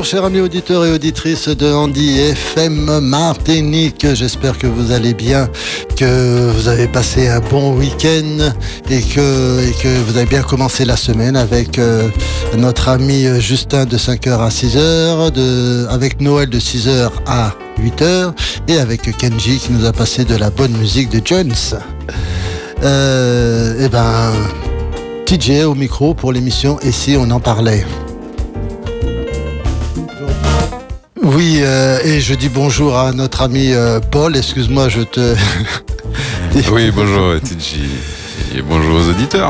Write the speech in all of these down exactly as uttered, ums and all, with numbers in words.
Bonjour chers amis auditeurs et auditrices de Andy F M Martinique, j'espère que vous allez bien, que vous avez passé un bon week-end et que, et que vous avez bien commencé la semaine avec euh, notre ami Justin de cinq heures à six heures, de, avec Noël de six heures à huit heures et avec Kenji qui nous a passé de la bonne musique de Jones. Euh, et ben, T J au micro pour l'émission Et si on en parlait. Oui, euh, et je dis bonjour à notre ami euh, Paul, excuse-moi, je te... Oui, bonjour T J, et bonjour aux auditeurs.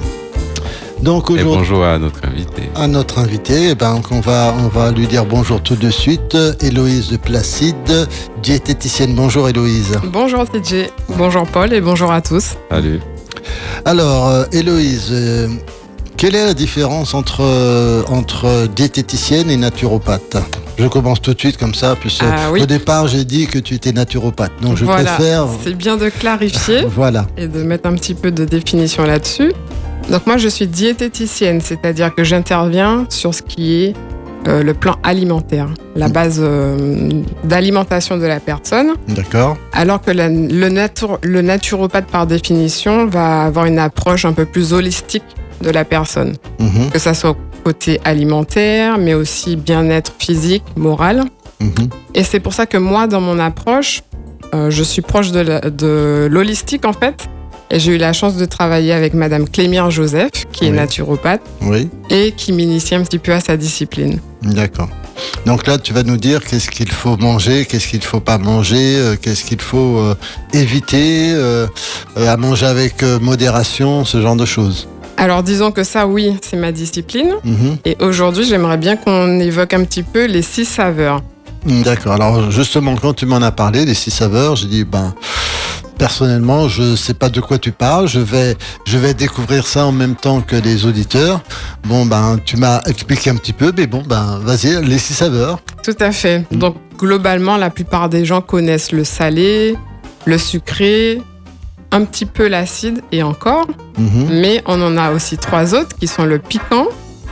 Donc et bonjour à notre invité. À notre invité, eh ben, on, va, on va lui dire bonjour tout de suite. Héloïse de Placide, diététicienne. Bonjour Héloïse. Bonjour T J, bonjour Paul et bonjour à tous. Salut. Alors, euh, Héloïse, euh, quelle est la différence entre, euh, entre diététicienne et naturopathe ? Je commence tout de suite comme ça, puisque ah, oui. Au départ j'ai dit que tu étais naturopathe, donc je voilà, préfère... c'est bien de clarifier voilà. Et de mettre un petit peu de définition là-dessus. Donc moi je suis diététicienne, c'est-à-dire que j'interviens sur ce qui est euh, le plan alimentaire, la base euh, d'alimentation de la personne. D'accord. Alors que la, le, nature, le naturopathe par définition va avoir une approche un peu plus holistique de la personne, mmh. que ça soit côté alimentaire, mais aussi bien-être physique, moral. Mmh. Et c'est pour ça que moi, dans mon approche, euh, je suis proche de, la, de l'holistique, en fait. Et j'ai eu la chance de travailler avec Madame Clémire Joseph, qui oui. est naturopathe, oui. et qui m'initie un petit peu à sa discipline. D'accord. Donc là, tu vas nous dire qu'est-ce qu'il faut manger, qu'est-ce qu'il ne faut pas manger, euh, qu'est-ce qu'il faut euh, éviter, euh, à manger avec euh, modération, ce genre de choses. Alors disons que ça, oui, c'est ma discipline. Mmh. Et aujourd'hui, j'aimerais bien qu'on évoque un petit peu les six saveurs. D'accord. Alors justement, quand tu m'en as parlé, les six saveurs, j'ai dit, ben, personnellement, je ne sais pas de quoi tu parles. Je vais, je vais découvrir ça en même temps que les auditeurs. Bon, ben, tu m'as expliqué un petit peu, mais bon, ben, vas-y, les six saveurs. Tout à fait. Mmh. Donc globalement, la plupart des gens connaissent le salé, le sucré, un petit peu l'acide et encore, mmh. mais on en a aussi trois autres qui sont le piquant,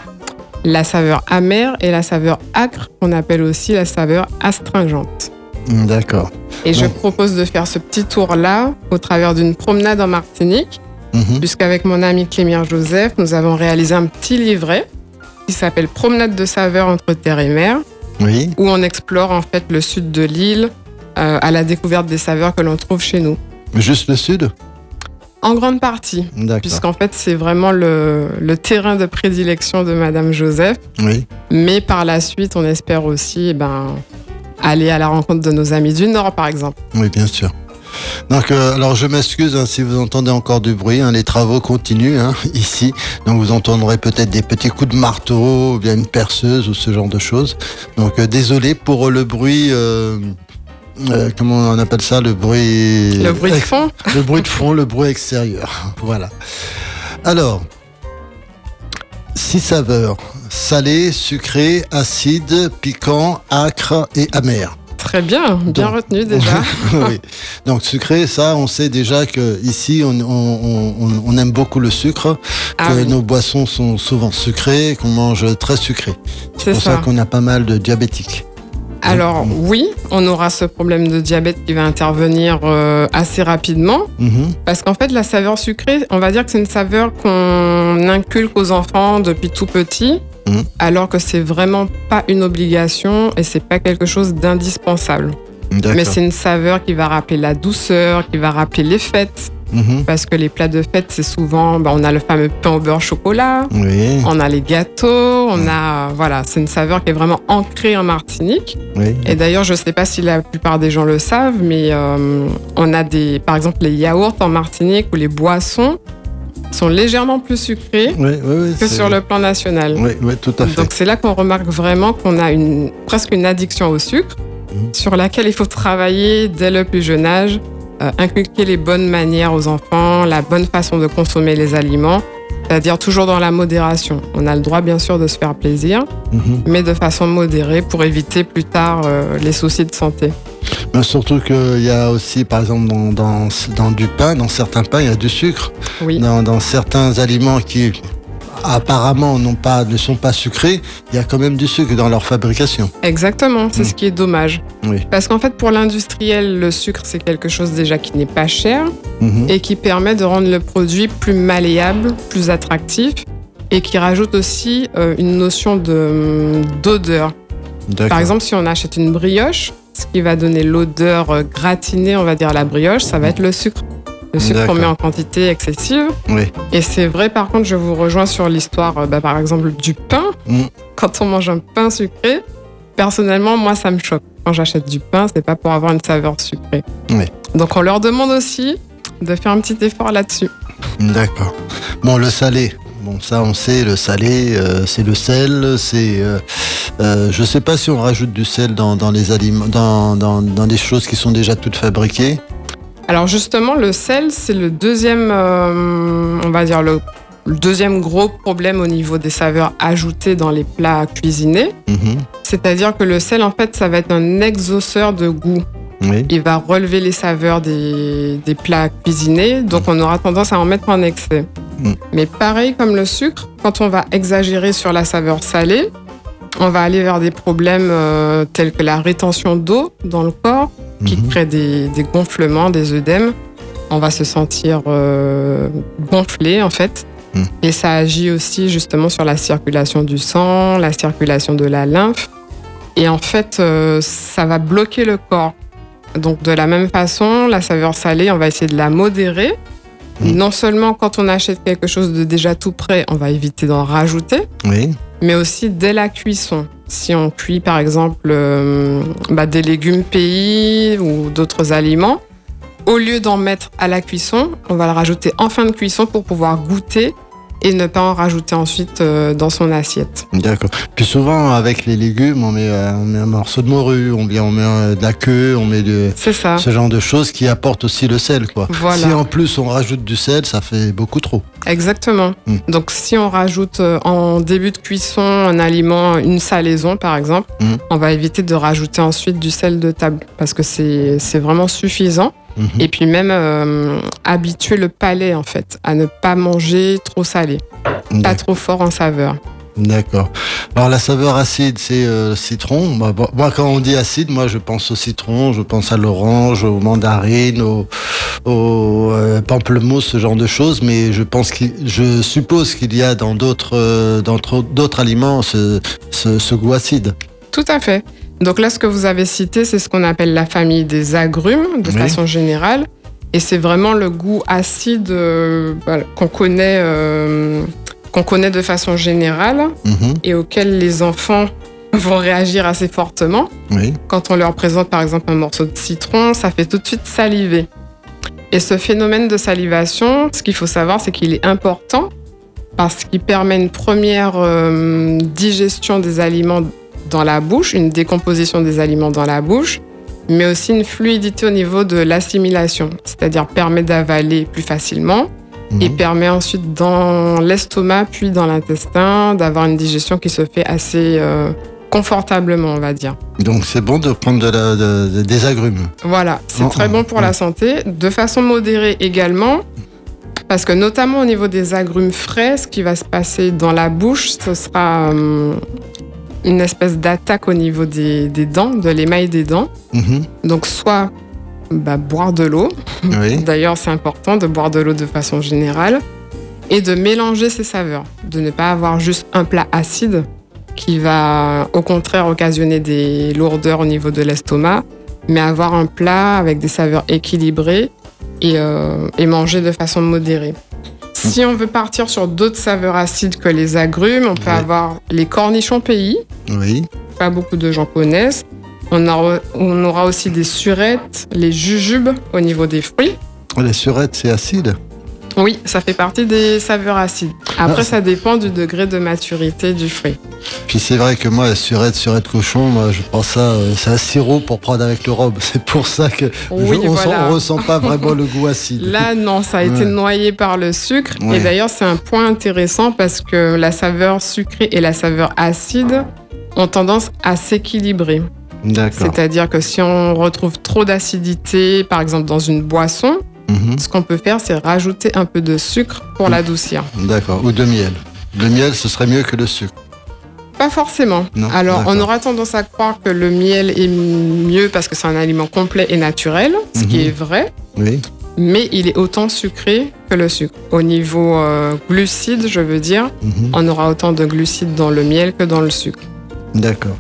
la saveur amère et la saveur âcre, qu'on appelle aussi la saveur astringente. D'accord. Et Donc. je propose de faire ce petit tour-là au travers d'une promenade en Martinique, mmh. puisqu'avec mon ami Clémire Joseph, nous avons réalisé un petit livret qui s'appelle Promenade de saveurs entre terre et mer, oui. où on explore en fait le sud de l'île euh, à la découverte des saveurs que l'on trouve chez nous. Juste le sud ? En grande partie, D'accord. puisqu'en fait, c'est vraiment le, le terrain de prédilection de Madame Joseph. Oui. Mais par la suite, on espère aussi eh ben, aller à la rencontre de nos amis du Nord, par exemple. Oui, bien sûr. Donc, euh, alors je m'excuse hein, si vous entendez encore du bruit, hein, les travaux continuent hein, ici, donc vous entendrez peut-être des petits coups de marteau, ou bien une perceuse ou ce genre de choses. Donc euh, désolé pour le bruit... Euh Euh, comment on appelle ça, le bruit... Le bruit de fond. Le bruit de fond, le bruit extérieur. Voilà. Alors, six saveurs. Salé, sucré, acide, piquant, âcre et amer. Très bien, bien Donc, retenu déjà. Oui. Donc sucré, ça, on sait déjà qu'ici, on, on, on, on aime beaucoup le sucre, ah que oui. nos boissons sont souvent sucrées, qu'on mange très sucré. C'est, C'est pour ça. ça qu'on a pas mal de diabétiques. Alors oui, on aura ce problème de diabète qui va intervenir euh, assez rapidement, mmh. parce qu'en fait la saveur sucrée, on va dire que c'est une saveur qu'on inculque aux enfants depuis tout petit, mmh. alors que c'est vraiment pas une obligation et c'est pas quelque chose d'indispensable. D'accord. Mais c'est une saveur qui va rappeler la douceur, qui va rappeler les fêtes. Mmh. Parce que les plats de fête, c'est souvent, bah, on a le fameux pain au beurre chocolat, oui. on a les gâteaux, on a, voilà, c'est une saveur qui est vraiment ancrée en Martinique. Oui. Et d'ailleurs, je ne sais pas si la plupart des gens le savent, mais euh, on a des, par exemple, les yaourts en Martinique ou les boissons sont légèrement plus sucrés oui, oui, oui, que c'est... sur le plan national. Oui, oui, tout à fait. Donc c'est là qu'on remarque vraiment qu'on a une, presque une addiction au sucre, mmh. sur laquelle il faut travailler dès le plus jeune âge. Euh, inculquer les bonnes manières aux enfants, la bonne façon de consommer les aliments, c'est-à-dire toujours dans la modération. On a le droit bien sûr de se faire plaisir, mmh. mais de façon modérée pour éviter plus tard euh, les soucis de santé. Mais surtout qu'il y a aussi, par exemple, dans, dans, dans du pain, dans certains pains, il y a du sucre. Oui. Dans, dans certains aliments qui, apparemment non pas, ne sont pas sucrés, il y a quand même du sucre dans leur fabrication. Exactement, c'est mmh. ce qui est dommage. Oui. Parce qu'en fait, pour l'industriel, le sucre, c'est quelque chose déjà qui n'est pas cher mmh. et qui permet de rendre le produit plus malléable, plus attractif et qui rajoute aussi euh, une notion de, d'odeur. D'accord. Par exemple, si on achète une brioche, ce qui va donner l'odeur gratinée, on va dire, à la brioche, ça va être le sucre. Le sucre qu'on met en quantité excessive. Oui. Et c'est vrai, par contre, je vous rejoins sur l'histoire, bah, par exemple, du pain. Mm. Quand on mange un pain sucré, personnellement, moi, ça me choque. Quand j'achète du pain, c'est pas pour avoir une saveur sucrée. Oui. Donc, on leur demande aussi de faire un petit effort là-dessus. D'accord. Bon, le salé. Bon, ça, on sait, le salé, euh, c'est le sel. C'est, euh, euh, je sais pas si on rajoute du sel dans, dans les aliments, dans, dans, dans des choses qui sont déjà toutes fabriquées. Alors justement, le sel, c'est le deuxième, euh, on va dire le, le deuxième gros problème au niveau des saveurs ajoutées dans les plats cuisinés. Mmh. C'est-à-dire que le sel, en fait, ça va être un exauceur de goût. Oui. Il va relever les saveurs des, des plats cuisinés, donc on aura tendance à en mettre en excès. Mmh. Mais pareil comme le sucre, quand on va exagérer sur la saveur salée, on va aller vers des problèmes euh, tels que la rétention d'eau dans le corps, qui mmh. crée des, des gonflements, des œdèmes. On va se sentir euh, gonflé, en fait. Mmh. Et ça agit aussi justement sur la circulation du sang, la circulation de la lymphe. Et en fait, euh, ça va bloquer le corps. Donc, de la même façon, la saveur salée, on va essayer de la modérer. Mmh. Non seulement quand on achète quelque chose de déjà tout prêt, on va éviter d'en rajouter, oui. mais aussi dès la cuisson. Si on cuit, par exemple, euh, bah, des légumes pays ou d'autres aliments, au lieu d'en mettre à la cuisson, on va le rajouter en fin de cuisson pour pouvoir goûter et ne pas en rajouter ensuite euh, dans son assiette. D'accord. Puis souvent, avec les légumes, on met, euh, on met un morceau de morue, on met, on met euh, de la queue, on met de, C'est ça. ce genre de choses qui apportent aussi le sel, quoi. Voilà. Si en plus on rajoute du sel, ça fait beaucoup trop. Exactement. Mmh. Donc si on rajoute euh, en début de cuisson un aliment, une salaison par exemple, mmh. on va éviter de rajouter ensuite du sel de table parce que c'est, c'est vraiment suffisant. Mmh. Et puis même euh, habituer le palais en fait à ne pas manger trop salé, D'accord. pas trop fort en saveur. D'accord. Alors la saveur acide, c'est euh, citron. Moi, moi, quand on dit acide, moi je pense au citron, je pense à l'orange, aux mandarines, au, au euh, pamplemousse, ce genre de choses. Mais je pense qu'il, je suppose qu'il y a dans d'autres, euh, dans d'autres aliments ce, ce, ce goût acide. Tout à fait. Donc là, ce que vous avez cité, c'est ce qu'on appelle la famille des agrumes, de oui. façon générale. Et c'est vraiment le goût acide euh, voilà, qu'on connaît, euh, qu'on connaît de façon générale mm-hmm. et auquel les enfants vont réagir assez fortement. Oui. Quand on leur présente, par exemple, un morceau de citron, ça fait tout de suite saliver. Et ce phénomène de salivation, ce qu'il faut savoir, c'est qu'il est important parce qu'il permet une première euh, digestion des aliments dans la bouche, une décomposition des aliments dans la bouche, mais aussi une fluidité au niveau de l'assimilation, c'est-à-dire permet d'avaler plus facilement mmh. et permet ensuite dans l'estomac puis dans l'intestin d'avoir une digestion qui se fait assez euh, confortablement, on va dire. Donc c'est bon de prendre de la, de, de, des agrumes. Voilà, c'est oh, très bon pour oh. la santé, de façon modérée également, parce que notamment au niveau des agrumes frais, ce qui va se passer dans la bouche, ce sera... Euh, une espèce d'attaque au niveau des, des dents, de l'émail des dents. Mmh. Donc, soit bah, boire de l'eau. Oui. D'ailleurs, c'est important de boire de l'eau de façon générale. Et de mélanger ces saveurs. De ne pas avoir juste un plat acide qui va, au contraire, occasionner des lourdeurs au niveau de l'estomac, mais avoir un plat avec des saveurs équilibrées et, euh, et manger de façon modérée. Si on veut partir sur d'autres saveurs acides que les agrumes, on peut oui. avoir les cornichons pays. Oui. Pas beaucoup de gens connaissent. On, a, on aura aussi des surettes, les jujubes au niveau des fruits. Les surettes, c'est acide ? Oui, ça fait partie des saveurs acides. Après, ah, ça dépend du degré de maturité du fruit. Puis c'est vrai que moi, la surette, surette cochon, moi, je pense ça, c'est un sirop pour prendre avec le rhum. C'est pour ça que oui, je, on voilà. ne ressent pas vraiment le goût acide. Là, non, ça a été ouais. noyé par le sucre. Ouais. Et d'ailleurs, c'est un point intéressant parce que la saveur sucrée et la saveur acide ont tendance à s'équilibrer. D'accord. C'est-à-dire que si on retrouve trop d'acidité, par exemple dans une boisson, Mmh. ce qu'on peut faire, c'est rajouter un peu de sucre pour mmh. l'adoucir. D'accord, ou de miel. Le miel, ce serait mieux que le sucre? Pas forcément. Non, Alors, d'accord. on aura tendance à croire que le miel est mieux parce que c'est un aliment complet et naturel, ce Mhm. qui est vrai, Oui. mais il est autant sucré que le sucre. Au niveau euh, glucides, je veux dire, Mhm. on aura autant de glucides dans le miel que dans le sucre. D'accord.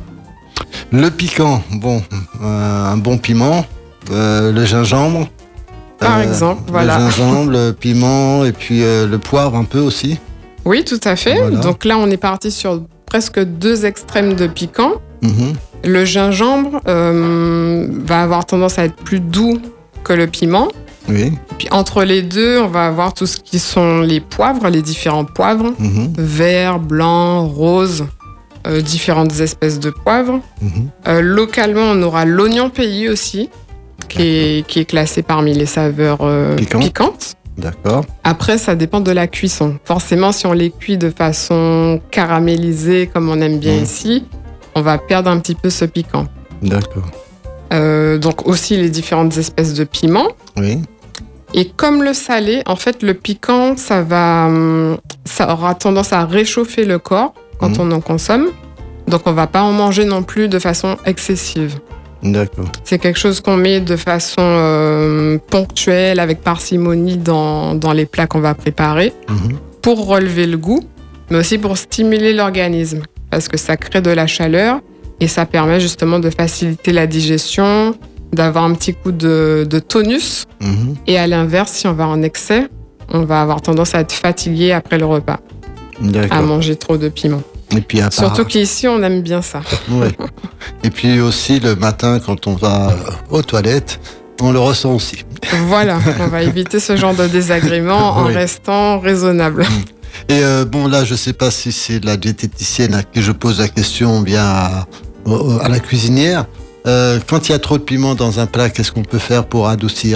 Le piquant, bon, euh, un bon piment, euh, le gingembre. Par euh, exemple, voilà. Le gingembre, le piment et puis euh, le poivre un peu aussi. Oui, tout à fait. Voilà. Donc là, on est parti sur presque deux extrêmes de piquant. Mhm. Le gingembre euh, va avoir tendance à être plus doux que le piment. Oui. Et puis entre les deux, on va avoir tout ce qui sont les poivres, les différents poivres, Mhm. vert, blanc, rose, euh, différentes espèces de poivres. Mhm. Euh, localement, on aura l'oignon pays aussi, qui est, qui est classé parmi les saveurs euh, Piquantes. piquantes. D'accord. Après, ça dépend de la cuisson. Forcément, si on les cuit de façon caramélisée, comme on aime bien Mhm. ici, on va perdre un petit peu ce piquant. D'accord. Euh, donc aussi les différentes espèces de piments. Oui. Et comme le salé, en fait, le piquant, ça va, hum, ça aura tendance à réchauffer le corps quand Mhm. on en consomme. Donc, on va pas en manger non plus de façon excessive. D'accord. C'est quelque chose qu'on met de façon euh, ponctuelle, avec parcimonie dans, dans les plats qu'on va préparer, Mhm. pour relever le goût, mais aussi pour stimuler l'organisme, parce que ça crée de la chaleur et ça permet justement de faciliter la digestion, d'avoir un petit coup de, de tonus. Mhm. Et à l'inverse, si on va en excès, on va avoir tendance à être fatigué après le repas, à D'accord. manger trop de piment. Et puis à part... Surtout qu'ici, on aime bien ça. Ouais. Et puis aussi le matin quand on va euh, aux toilettes, on le ressent aussi. Voilà, on va éviter ce genre de désagréments en Oui. restant raisonnable. Et euh, bon là, je sais pas si c'est la diététicienne à qui je pose la question ou bien à, au- à la cuisinière. Euh, quand il y a trop de piment dans un plat, qu'est-ce qu'on peut faire pour adoucir?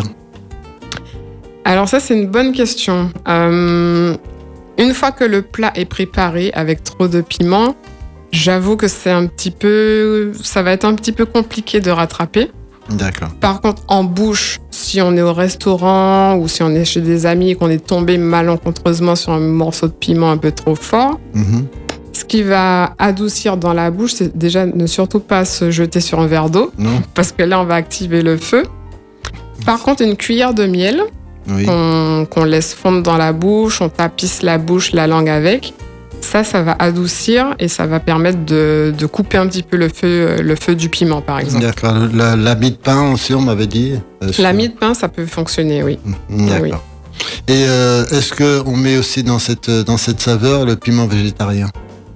Alors ça, c'est une bonne question. Euh, une fois que le plat est préparé avec trop de piment, j'avoue que c'est un petit peu, ça va être un petit peu compliqué de rattraper. D'accord. Par contre, en bouche, si on est au restaurant ou si on est chez des amis et qu'on est tombé malencontreusement sur un morceau de piment un peu trop fort, Mhm. ce qui va adoucir dans la bouche, c'est déjà ne surtout pas se jeter sur un verre d'eau, Non? parce que là, on va activer le feu. Par contre, une cuillère de miel Oui. qu'on qu'on laisse fondre dans la bouche, on tapisse la bouche, la langue avec. Ça, ça va adoucir et ça va permettre de, de couper un petit peu le feu, le feu du piment, par exemple. D'accord. La, la mie de pain aussi, on m'avait dit. euh, sur- La mie de pain, ça peut fonctionner, oui. Mm, D'accord. oui. Et euh, est-ce qu'on met aussi dans cette, dans cette saveur le piment végétarien?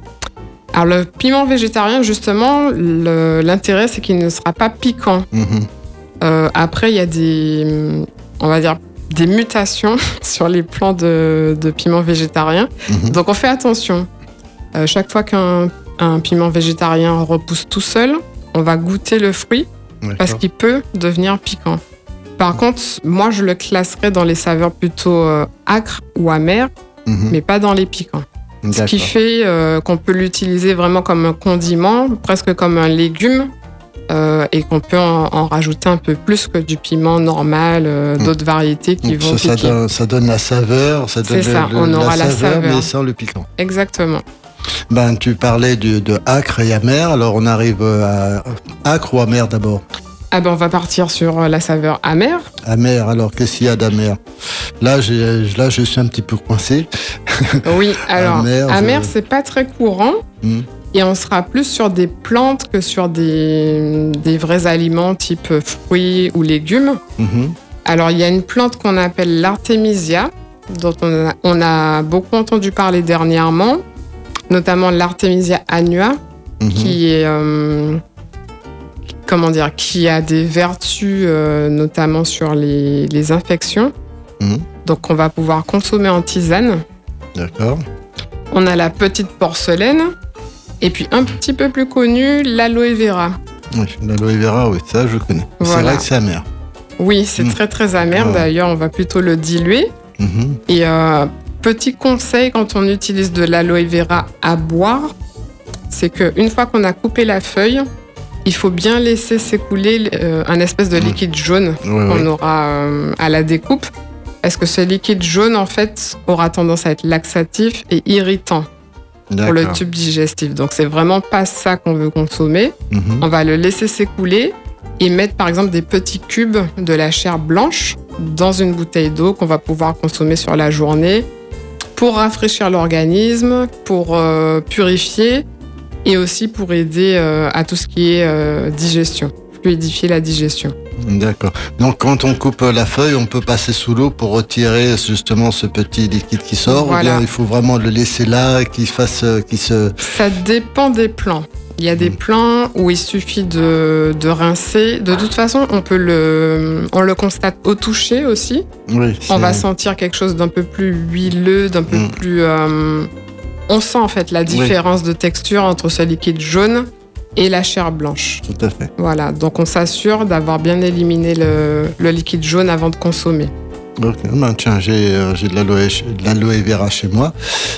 Alors, le piment végétarien, justement, le- l'intérêt, c'est qu'il ne sera pas piquant. Mhm. Euh, après, il y a des, on va dire, des mutations sur les plants de, de piment végétarien. Mhm. Donc, on fait attention. Euh, chaque fois qu'un un piment végétarien repousse tout seul, on va goûter le fruit parce D'accord. qu'il peut devenir piquant. Par contre, moi, je le classerais dans les saveurs plutôt euh, acres ou amères, Mhm. mais pas dans les piquants. Ce qui D'accord. fait euh, qu'on peut l'utiliser vraiment comme un condiment, presque comme un légume, euh, et qu'on peut en, en rajouter un peu plus que du piment normal, euh, Mm. d'autres variétés qui Donc vont ça, ça, piquer. donne, ça donne la saveur, ça donne C'est le- ça, le- on aura la saveur, saveur. mais sans le piquant. Exactement. Ben, tu parlais de, de acre et amer, alors on arrive à acre ou amer d'abord? Ah ben, on va partir sur la saveur amère. Amer, alors qu'est-ce qu'il y a d'amer? Là, j'ai, là, je suis un petit peu coincé. Oui, alors, Amer, amère, je- c'est pas très courant. Hmm. Et on sera plus sur des plantes que sur des, des vrais aliments type fruits ou légumes. Mhm. Alors, il y a une plante qu'on appelle l'artémisia, dont on a, on a beaucoup entendu parler dernièrement, notamment l'artémisia annua, Mhm. qui est, euh, comment dire, qui a des vertus euh, notamment sur les, les infections. Mhm. Donc, on va pouvoir consommer en tisane. D'accord. On a la petite porcelaine. Et puis, un petit peu plus connu, l'aloe vera. Oui, l'aloe vera, oui, ça je connais. C'est Voilà. vrai que c'est amer. Oui, c'est Mm. très, très amer. Ah ouais. D'ailleurs, on va plutôt le diluer. Mhm. Et euh, petit conseil quand on utilise de l'aloe vera à boire, c'est qu'une fois qu'on a coupé la feuille, il faut bien laisser s'écouler euh, un espèce de Mm. liquide jaune Ouais, qu'on ouais. aura euh, à la découpe. Parce que ce liquide jaune, en fait, aura tendance à être laxatif et irritant. D'accord. Pour le tube digestif. Donc, c'est vraiment pas ça qu'on veut consommer. Mm-hmm. On va le laisser s'écouler et mettre, par exemple, des petits cubes de la chair blanche dans une bouteille d'eau qu'on va pouvoir consommer sur la journée pour rafraîchir l'organisme, pour euh, purifier et aussi pour aider euh, à tout ce qui est euh, digestion, fluidifier la digestion. D'accord. Donc, quand on coupe la feuille, on peut passer sous l'eau pour retirer justement ce petit liquide qui sort, voilà. Ou bien il faut vraiment le laisser là, qu'il fasse, qu'il se... Ça dépend des plants. Il y a des mmh. plants où il suffit de, de rincer. De toute façon, on peut le, on le constate au toucher aussi. Oui, on va sentir quelque chose d'un peu plus huileux, d'un peu mmh. plus... Euh, on sent en fait la différence oui. de texture entre ce liquide jaune et la chair blanche. Tout à fait. Voilà, donc on s'assure d'avoir bien éliminé le, le liquide jaune avant de consommer. Ok, ben tiens, j'ai, euh, j'ai de, l'aloe, de l'aloe vera chez moi.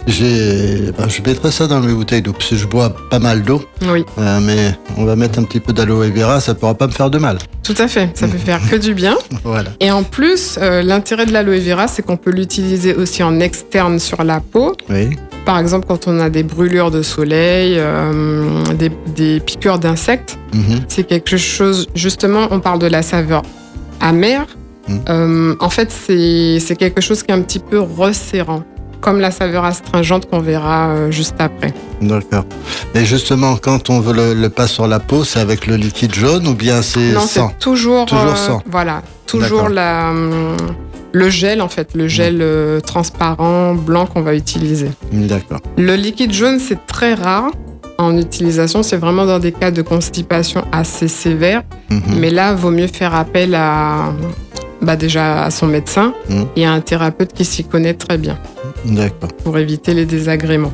J'ai, ben, je mettrai ça dans mes bouteilles d'eau, parce que je bois pas mal d'eau. Oui. Euh, mais on va mettre un petit peu d'aloe vera, ça pourra pas me faire de mal. Tout à fait, ça peut faire que du bien. Voilà. Et en plus, euh, l'intérêt de l'aloe vera, c'est qu'on peut l'utiliser aussi en externe sur la peau. Oui. Par exemple, quand on a des brûlures de soleil, euh, des, des piqûres d'insectes, mm-hmm. c'est quelque chose, justement, on parle de la saveur amère. Mm. Euh, en fait, c'est, c'est quelque chose qui est un petit peu resserrant, comme la saveur astringente qu'on verra euh, juste après. D'accord. Et justement, quand on veut le, le passer sur la peau, c'est avec le liquide jaune ou bien c'est non, sans? Non, c'est toujours, toujours euh, sans. Voilà, toujours la... Hum, le gel, en fait, le gel euh, transparent, blanc qu'on va utiliser. D'accord. Le liquide jaune, c'est très rare en utilisation. C'est vraiment dans des cas de constipation assez sévères. Mm-hmm. Mais là, il vaut mieux faire appel à, bah déjà à son médecin mm. et à un thérapeute qui s'y connaît très bien. D'accord. Pour éviter les désagréments.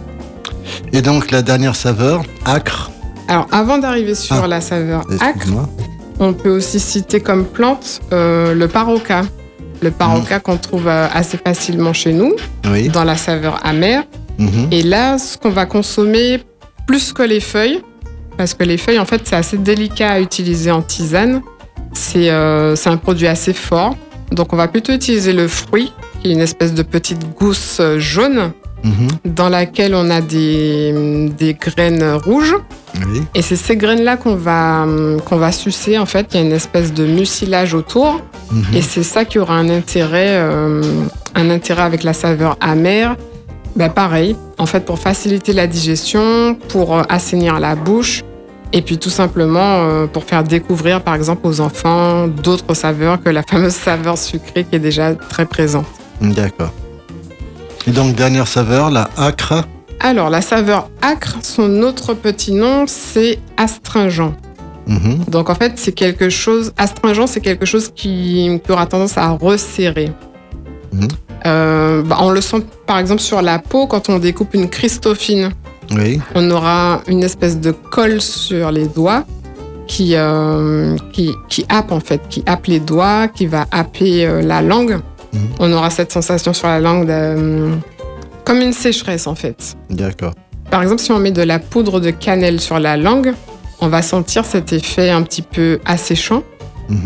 Et donc, la dernière saveur, acre. Alors, avant d'arriver sur ah, la saveur acre, on peut aussi citer comme plante euh, le paroka. Le paroka mmh. qu'on trouve assez facilement chez nous, oui. dans la saveur amère. Mmh. Et là, ce qu'on va consommer plus que les feuilles, parce que les feuilles, en fait, c'est assez délicat à utiliser en tisane. C'est, euh, c'est un produit assez fort. Donc, on va plutôt utiliser le fruit, qui est une espèce de petite gousse jaune, mmh. dans laquelle on a des, des graines rouges. Oui. Et c'est ces graines-là qu'on va, qu'on va sucer, en fait. Il y a une espèce de mucilage autour. Mmh. Et c'est ça qui aura un intérêt, euh, un intérêt avec la saveur amère. Ben pareil, en fait, pour faciliter la digestion, pour assainir la bouche, et puis tout simplement euh, pour faire découvrir, par exemple, aux enfants d'autres saveurs que la fameuse saveur sucrée qui est déjà très présente. D'accord. Et donc, dernière saveur, la acre. Alors, la saveur acre, son autre petit nom, c'est astringent. Mmh. Donc, en fait, c'est quelque chose... Astringent, c'est quelque chose qui, qui aura tendance à resserrer. Mmh. Euh, bah, on le sent, par exemple, sur la peau, quand on découpe une Christophine. Oui. On aura une espèce de colle sur les doigts qui, euh, qui, qui happe, en fait, qui happe les doigts, qui va happer euh, la langue. Mmh. On aura cette sensation sur la langue de... comme une sécheresse, en fait. D'accord. Par exemple, si on met de la poudre de cannelle sur la langue, on va sentir cet effet un petit peu asséchant. Mmh.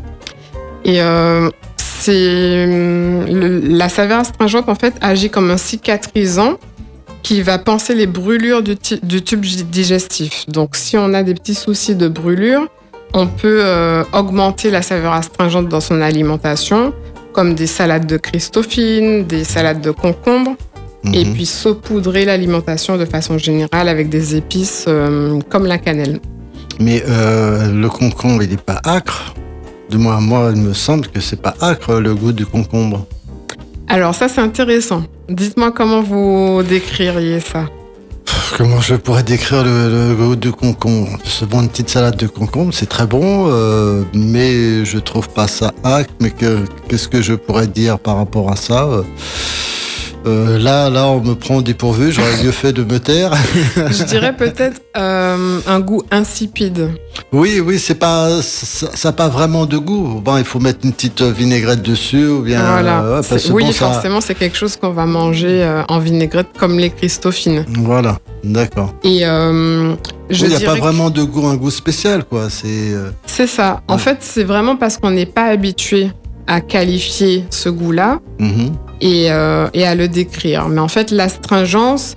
Et euh, c'est, le, la saveur astringente, en fait, agit comme un cicatrisant qui va panser les brûlures du, t- du tube digestif. Donc, si on a des petits soucis de brûlure, on peut euh, augmenter la saveur astringente dans son alimentation, comme des salades de Christophine, des salades de concombre. Mmh. Et puis saupoudrer l'alimentation de façon générale avec des épices euh, comme la cannelle. Mais euh, le concombre, il n'est pas acre. Du moins, moi, il me semble que c'est pas acre le goût du concombre. Alors ça, c'est intéressant. Dites-moi comment vous décririez ça. Comment je pourrais décrire le, le goût du concombre? C'est bon, une petite salade de concombre, c'est très bon, euh, mais je trouve pas ça acre. Mais que, qu'est-ce que je pourrais dire par rapport à ça? Euh, là, là, on me prend au dépourvu, j'aurais mieux fait de me taire. Je dirais peut-être euh, un goût insipide. Oui, oui, c'est pas, ça n'a pas vraiment de goût. Bon, il faut mettre une petite vinaigrette dessus ou bien. Voilà. Euh, parce que oui, bon, forcément, ça... c'est quelque chose qu'on va manger euh, en vinaigrette comme les Christophines. Voilà, d'accord. Et euh, je il n'y a pas que... vraiment de goût, un goût spécial, quoi. C'est. Euh... C'est ça. Ouais. En fait, c'est vraiment parce qu'on n'est pas habitué à qualifier ce goût-là. Mm-hmm. Et, euh, et à le décrire. Mais en fait, l'astringence,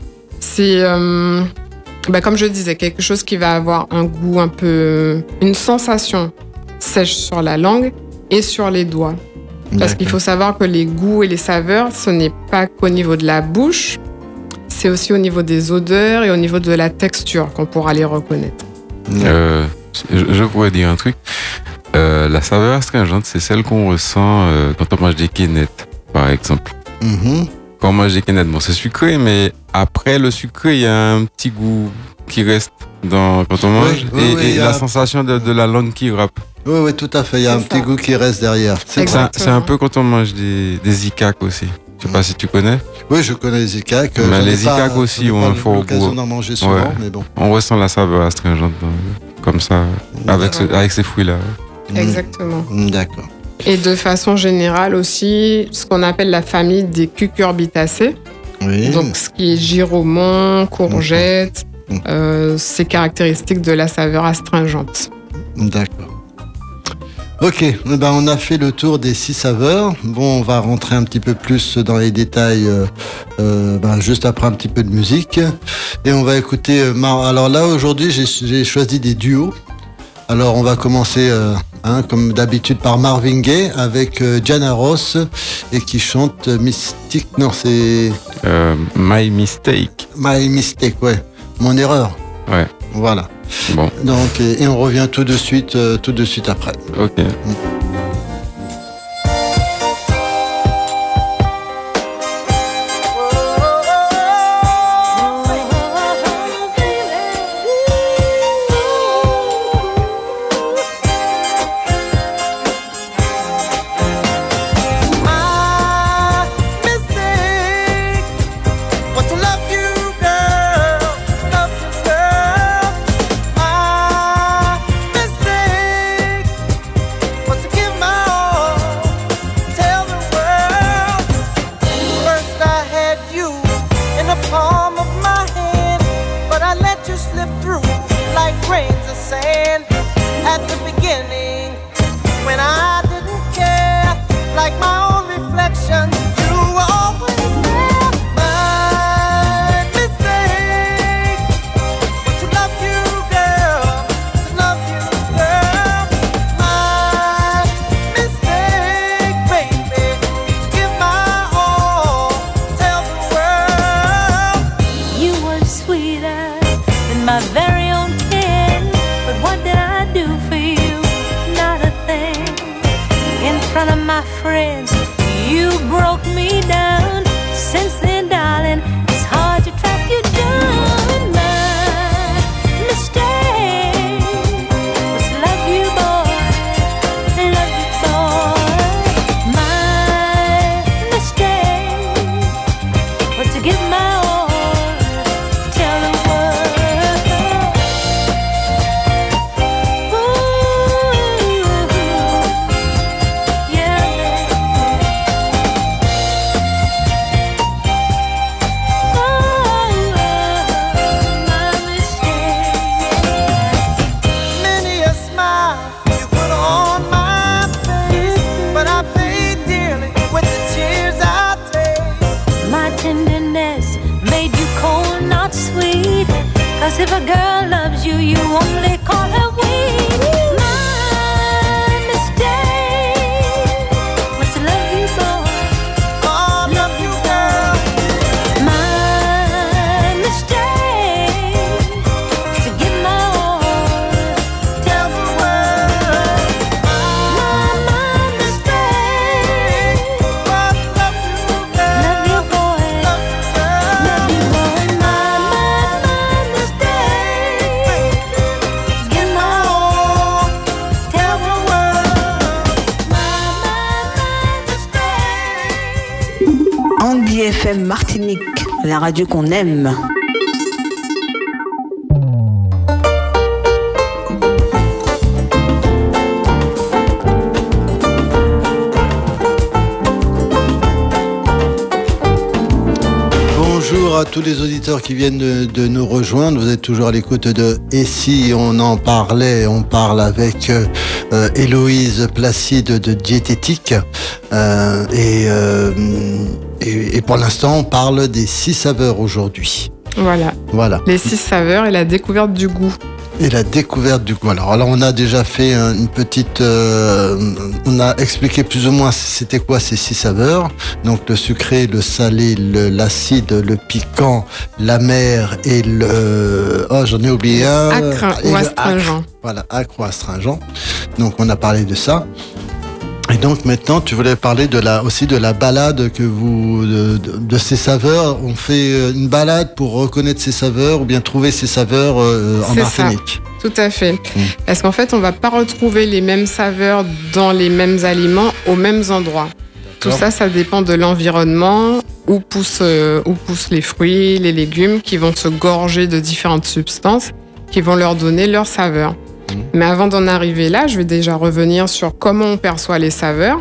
C'est, euh, bah, comme je disais, quelque chose qui va avoir un goût un peu... une sensation sèche sur la langue et sur les doigts. Parce D'accord. qu'il faut savoir que les goûts et les saveurs, ce n'est pas qu'au niveau de la bouche, c'est aussi au niveau des odeurs et au niveau de la texture qu'on pourra les reconnaître. Euh, je, je pourrais dire un truc. Euh, la saveur astringente, c'est celle qu'on ressent euh, quand on mange des quénettes, par exemple. Mm-hmm. Quand on mange des quénettes, bon, c'est sucré, mais après le sucré, il y a un petit goût qui reste dans, quand on mange, oui, et, oui, et la a... sensation de, de la langue qui râpe. Oui, oui, tout à fait. Il y a c'est un ça. petit goût qui reste derrière. C'est, ça, c'est un peu quand on mange des, des icaques aussi. Je sais pas si tu connais. Oui, je connais les icaques. Mais les icaques aussi ont un fort goût. L'occasion d'en manger souvent, ouais. mais bon. On ressent la saveur astringente comme ça, avec, ce, avec ces fruits-là. Exactement. D'accord. Et de façon générale aussi, ce qu'on appelle la famille des cucurbitacées. Oui. Donc, ce qui est giromon, courgette, mmh. euh, c'est caractéristique de la saveur astringente. D'accord. Ok, ben on a fait le tour des six saveurs. Bon, on va rentrer un petit peu plus dans les détails euh, euh, ben juste après un petit peu de musique. Et on va écouter... Euh, Mar- Alors là, aujourd'hui, j'ai, j'ai choisi des duos. Alors, on va commencer, euh, hein, comme d'habitude, par Marvin Gaye avec euh, Diana Ross et qui chante Mystique. Non, c'est... Euh, My Mistake. My Mistake, ouais. Mon erreur. Ouais. Voilà. Bon. Donc, et, et on revient tout de suite, euh, tout de suite après. Ok. Mm. F M Martinique, la radio qu'on aime. Bonjour à tous les auditeurs qui viennent de, de nous rejoindre. Vous êtes toujours à l'écoute de Et si on en parlait, on parle avec euh, Héloïse Placide de Diététique. Euh, et, euh, et, et pour l'instant, on parle des six saveurs aujourd'hui. Voilà. Voilà. Les six saveurs et la découverte du goût. Et la découverte du goût. Alors là, on a déjà fait une petite... Euh, on a expliqué plus ou moins c'était quoi ces six saveurs. Donc le sucré, le salé, le, l'acide, le piquant, l'amer et le... Oh, j'en ai oublié un. Acre ou astringent. Acre. Voilà, acre ou astringent. Donc on a parlé de ça. Et donc maintenant, tu voulais parler de la, aussi de la balade que vous, de, de, de ces saveurs. On fait une balade pour reconnaître ces saveurs ou bien trouver ces saveurs euh, en C'est Martinique. Ça. Tout à fait. Mmh. Parce qu'en fait, on va pas retrouver les mêmes saveurs dans les mêmes aliments aux mêmes endroits. Tout ça, ça dépend de l'environnement, où poussent, euh, où poussent les fruits, les légumes, qui vont se gorger de différentes substances, qui vont leur donner leur saveur. Mais avant d'en arriver là, je vais déjà revenir sur comment on perçoit les saveurs.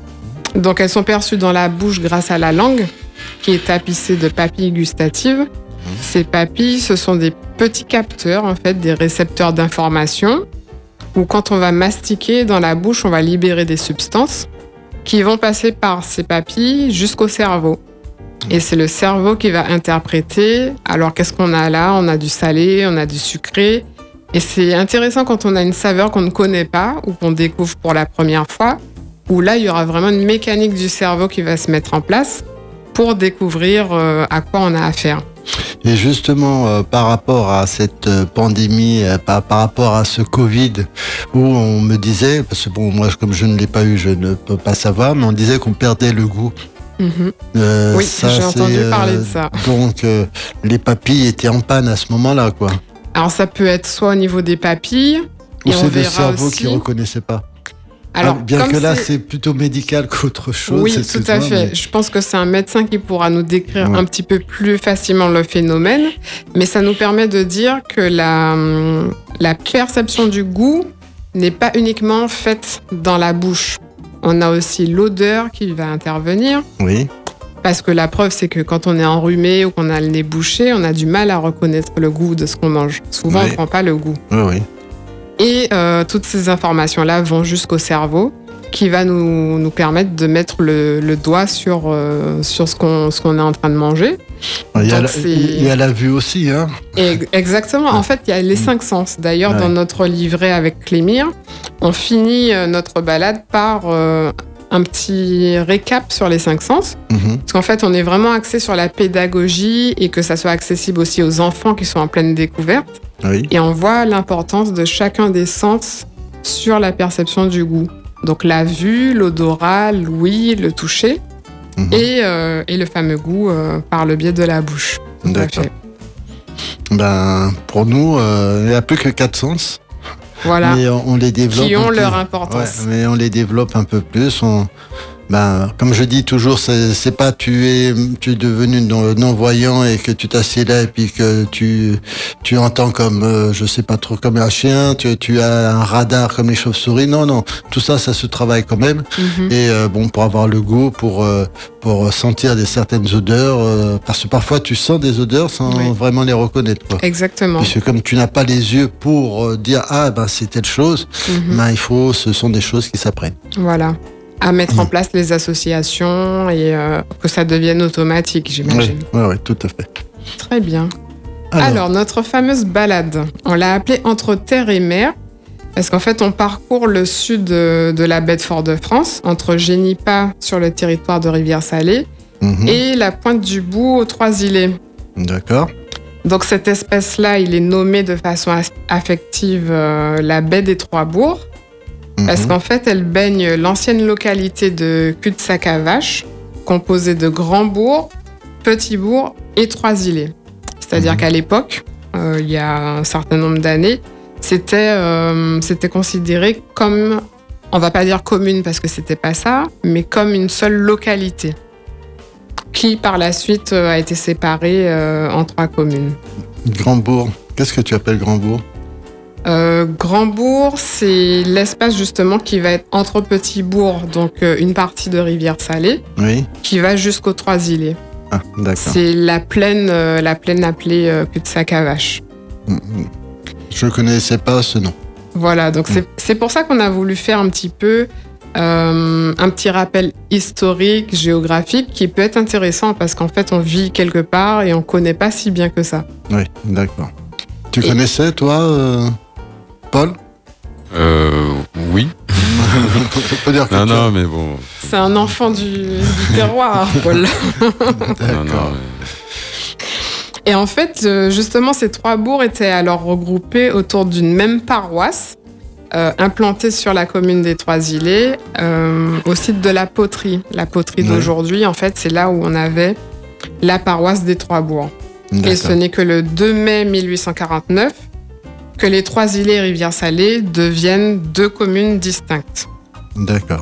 Donc, elles sont perçues dans la bouche grâce à la langue, qui est tapissée de papilles gustatives. Ces papilles, ce sont des petits capteurs, en fait, des récepteurs d'information, où quand on va mastiquer dans la bouche, on va libérer des substances qui vont passer par ces papilles jusqu'au cerveau. Et c'est le cerveau qui va interpréter. Alors, qu'est-ce qu'on a là ? On a du salé, on a du sucré. Et c'est intéressant quand on a une saveur qu'on ne connaît pas ou qu'on découvre pour la première fois, où là, il y aura vraiment une mécanique du cerveau qui va se mettre en place pour découvrir euh, à quoi on a affaire. Et justement, euh, par rapport à cette euh, pandémie, euh, par, par rapport à ce Covid, où on me disait, parce que bon, moi, comme je ne l'ai pas eu, je ne peux pas savoir, mais on disait qu'on perdait le goût. Mmh. Euh, oui, ça, j'ai entendu euh, parler de ça. Donc, euh, les papilles étaient en panne à ce moment-là, quoi. Alors, ça peut être soit au niveau des papilles, ou c'est le cerveau aussi... qui ne reconnaissait pas. Alors, ah, bien que là, c'est... c'est plutôt médical qu'autre chose. Oui, tout à fait. Mais... Je pense que c'est un médecin qui pourra nous décrire ouais. un petit peu plus facilement le phénomène, mais ça nous permet de dire que la, la perception du goût n'est pas uniquement faite dans la bouche. On a aussi l'odeur qui va intervenir. Oui. Parce que la preuve, c'est que quand on est enrhumé ou qu'on a le nez bouché, on a du mal à reconnaître le goût de ce qu'on mange. Souvent, oui. on ne prend pas le goût. Oui, oui. Et euh, toutes ces informations-là vont jusqu'au cerveau, qui va nous, nous permettre de mettre le, le doigt sur, euh, sur ce, qu'on, ce qu'on est en train de manger. Il y, a la, il y a la vue aussi. Hein. Et exactement. En fait, il y a les cinq sens. D'ailleurs, ouais. dans notre livret avec Clémire, on finit notre balade par... Euh, un petit récap sur les cinq sens. Mmh. Parce qu'en fait, on est vraiment axé sur la pédagogie et que ça soit accessible aussi aux enfants qui sont en pleine découverte. Oui. Et on voit l'importance de chacun des sens sur la perception du goût. Donc la vue, l'odorat, l'ouïe, le toucher mmh. et, euh, et le fameux goût euh, par le biais de la bouche. D'accord. Ben, pour nous, euh, il n'y a plus que quatre sens. Voilà, mais on, on les développe qui ont leur importance. Ouais, mais on les développe un peu plus. On, ben, comme je dis toujours, c'est, c'est pas tu es, tu es devenu non-voyant et que tu t'assieds là et puis que tu, tu entends comme, euh, je sais pas trop, comme un chien, tu, tu as un radar comme les chauves-souris. Non, non, tout ça, ça se travaille quand même. Mm-hmm. Et euh, bon, pour avoir le goût, pour, euh, pour sentir des certaines odeurs, euh, parce que parfois tu sens des odeurs sans oui. vraiment les reconnaître, quoi. Exactement. Puisque comme tu n'as pas les yeux pour euh, dire ah ben c'est telle chose, mm-hmm. ben il faut, ce sont des choses qui s'apprennent. Voilà. À mettre mmh. en place les associations et euh, que ça devienne automatique, j'imagine. Oui, oui, oui, tout à fait. Très bien. Alors, Alors, notre fameuse balade, on l'a appelée Entre terre et mer, parce qu'en fait, on parcourt le sud de, de la baie de Fort-de-France, entre Génipa, sur le territoire de Rivière-Salée, mmh. et la Pointe du Bout, aux Trois-Îlets. D'accord. Donc, cette espèce-là, il est nommé de façon affective euh, la baie des Trois-Bourgs, parce mmh. qu'en fait, elle baigne l'ancienne localité de Cul-de-Sac-à-Vache, composée de Grand Bourg, Petit Bourg et Trois-Îlets. C'est-à-dire mmh. qu'à l'époque, euh, il y a un certain nombre d'années, c'était, euh, c'était considéré comme, on va pas dire commune parce que c'était pas ça, mais comme une seule localité, qui par la suite euh, a été séparée euh, en trois communes. Grand Bourg, qu'est-ce que tu appelles Grand Bourg ? Euh, Grand Bourg, c'est l'espace justement qui va être entre Petit Bourg, donc euh, une partie de Rivière-Salée, oui. qui va jusqu'aux Trois-Îlets. Ah, d'accord. C'est la plaine, euh, la plaine appelée euh, Cul-de-Sac-à-Vache. Je ne connaissais pas ce nom. Voilà, donc mmh. c'est, c'est pour ça qu'on a voulu faire un petit peu euh, un petit rappel historique, géographique, qui peut être intéressant parce qu'en fait, on vit quelque part et on ne connaît pas si bien que ça. Oui, d'accord. Tu et... connaissais, toi, euh, Paul ? Euh, oui. On peut dire que non, tu... non, mais bon. C'est un enfant du, du terroir, Paul. D'accord. Non, non, mais... Et en fait, justement, ces trois bourgs étaient alors regroupés autour d'une même paroisse, euh, implantée sur la commune des Trois-Îlets, euh, au site de la poterie. La poterie oui. d'aujourd'hui, en fait, c'est là où on avait la paroisse des Trois Bourgs. D'accord. Et ce n'est que le deux mai mille huit cent quarante-neuf que les Trois-Îlets et Rivière-Salée deviennent deux communes distinctes. D'accord.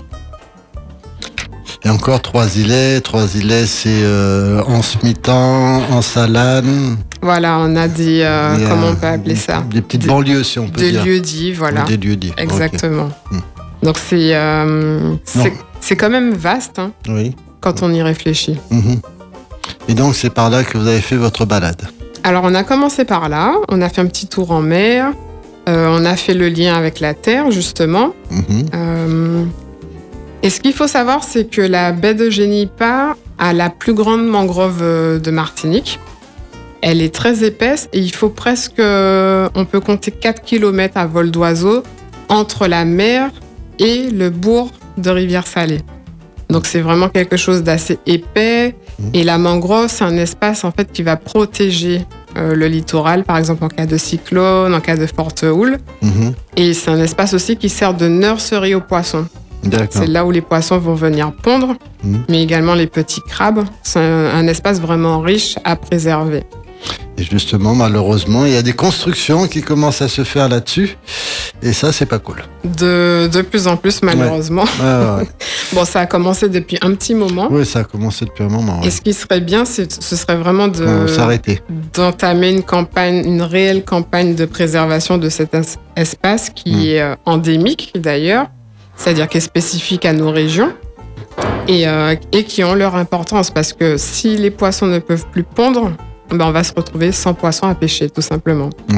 Et encore Trois-Îlets. Trois-Îlets, c'est euh, en Smitan, en Salane. Voilà, on a des... Euh, a, comment on peut appeler ça ? Des petites des, banlieues, si on peut des dire. Des lieux-dits, voilà. Des lieux-dits. Exactement. Okay. Donc, c'est, euh, c'est, c'est quand même vaste, hein, oui. quand on y réfléchit. Mm-hmm. Et donc, c'est par là que vous avez fait votre balade ? Alors, on a commencé par là. On a fait un petit tour en mer. Euh, on a fait le lien avec la terre, justement. Mm-hmm. Euh, et ce qu'il faut savoir, c'est que la baie de Génipa a la plus grande mangrove de Martinique. Elle est très épaisse et il faut presque... On peut compter quatre kilomètres à vol d'oiseau entre la mer et le bourg de Rivière-Salée. Donc, c'est vraiment quelque chose d'assez épais. Et la mangrove, c'est un espace en fait, qui va protéger euh, le littoral, par exemple en cas de cyclone, en cas de forte houle. Mmh. Et c'est un espace aussi qui sert de nurserie aux poissons. D'accord. C'est là où les poissons vont venir pondre, mmh. mais également les petits crabes. C'est un, un espace vraiment riche à préserver. Et justement, malheureusement, il y a des constructions qui commencent à se faire là-dessus. Et ça, c'est pas cool. De, de plus en plus, malheureusement. Ouais. Ouais, ouais. Bon, ça a commencé depuis un petit moment. Oui, ça a commencé depuis un moment. Ouais. Et ce qui serait bien, c'est, ce serait vraiment de, ouais, s'arrêter. d'entamer une campagne, une réelle campagne de préservation de cet es- espace qui mmh. est euh, endémique, d'ailleurs, c'est-à-dire qui est spécifique à nos régions. Et, euh, et qui ont leur importance. Parce que si les poissons ne peuvent plus pondre, ben on va se retrouver sans poissons à pêcher, tout simplement. Oui.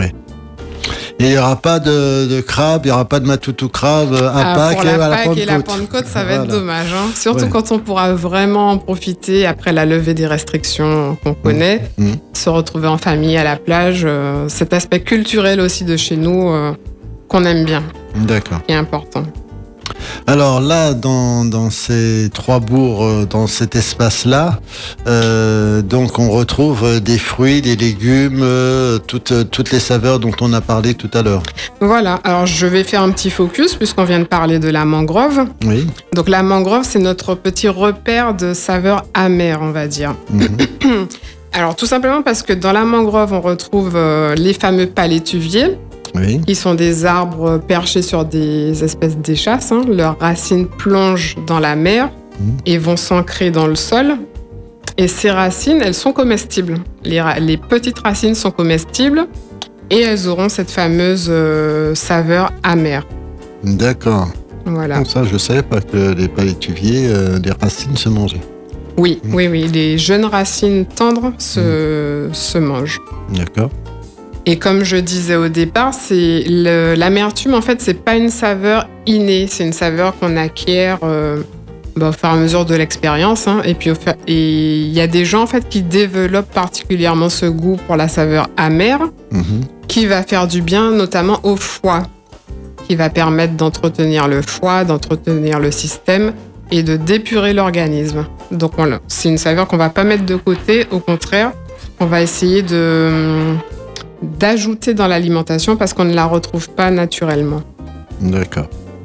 Et il n'y aura pas de, de crabe, il n'y aura pas de matoutou crabe à ah, Pâques pour la et à la Pâques Pentecôte. et la Pentecôte, ça va voilà. être dommage. Hein. Surtout ouais. quand on pourra vraiment en profiter après la levée des restrictions qu'on connaît, mmh. se retrouver en famille à la plage. Euh, cet aspect culturel aussi de chez nous euh, qu'on aime bien. D'accord. Qui est important. Alors là, dans, dans ces trois bourgs, dans cet espace-là, euh, donc on retrouve des fruits, des légumes, euh, toutes, toutes les saveurs dont on a parlé tout à l'heure. Voilà, alors je vais faire un petit focus puisqu'on vient de parler de la mangrove. Oui. Donc la mangrove, c'est notre petit repère de saveurs amères, on va dire. Mm-hmm. Alors tout simplement parce que dans la mangrove, on retrouve euh, les fameux palétuviers. Oui. Qui sont des arbres perchés sur des espèces d'échasses. Hein. Leurs racines plongent dans la mer mmh. et vont s'ancrer dans le sol. Et ces racines, elles sont comestibles. Les, ra- les petites racines sont comestibles et elles auront cette fameuse euh, saveur amère. D'accord. Voilà. Comme ça, je ne savais pas que les palétuviers, euh, les racines se mangeaient. Oui, mmh. oui, oui. Les jeunes racines tendres se, mmh. se mangent. D'accord. Et comme je disais au départ, c'est le, l'amertume, en fait, c'est pas une saveur innée, c'est une saveur qu'on acquiert euh, bah, au fur et à mesure de l'expérience. Hein. Et puis, il y a des gens en fait qui développent particulièrement ce goût pour la saveur amère, mmh. qui va faire du bien, notamment au foie, qui va permettre d'entretenir le foie, d'entretenir le système et de dépurer l'organisme. Donc voilà, c'est une saveur qu'on va pas mettre de côté, au contraire, on va essayer de d'ajouter dans l'alimentation parce qu'on ne la retrouve pas naturellement. D'accord.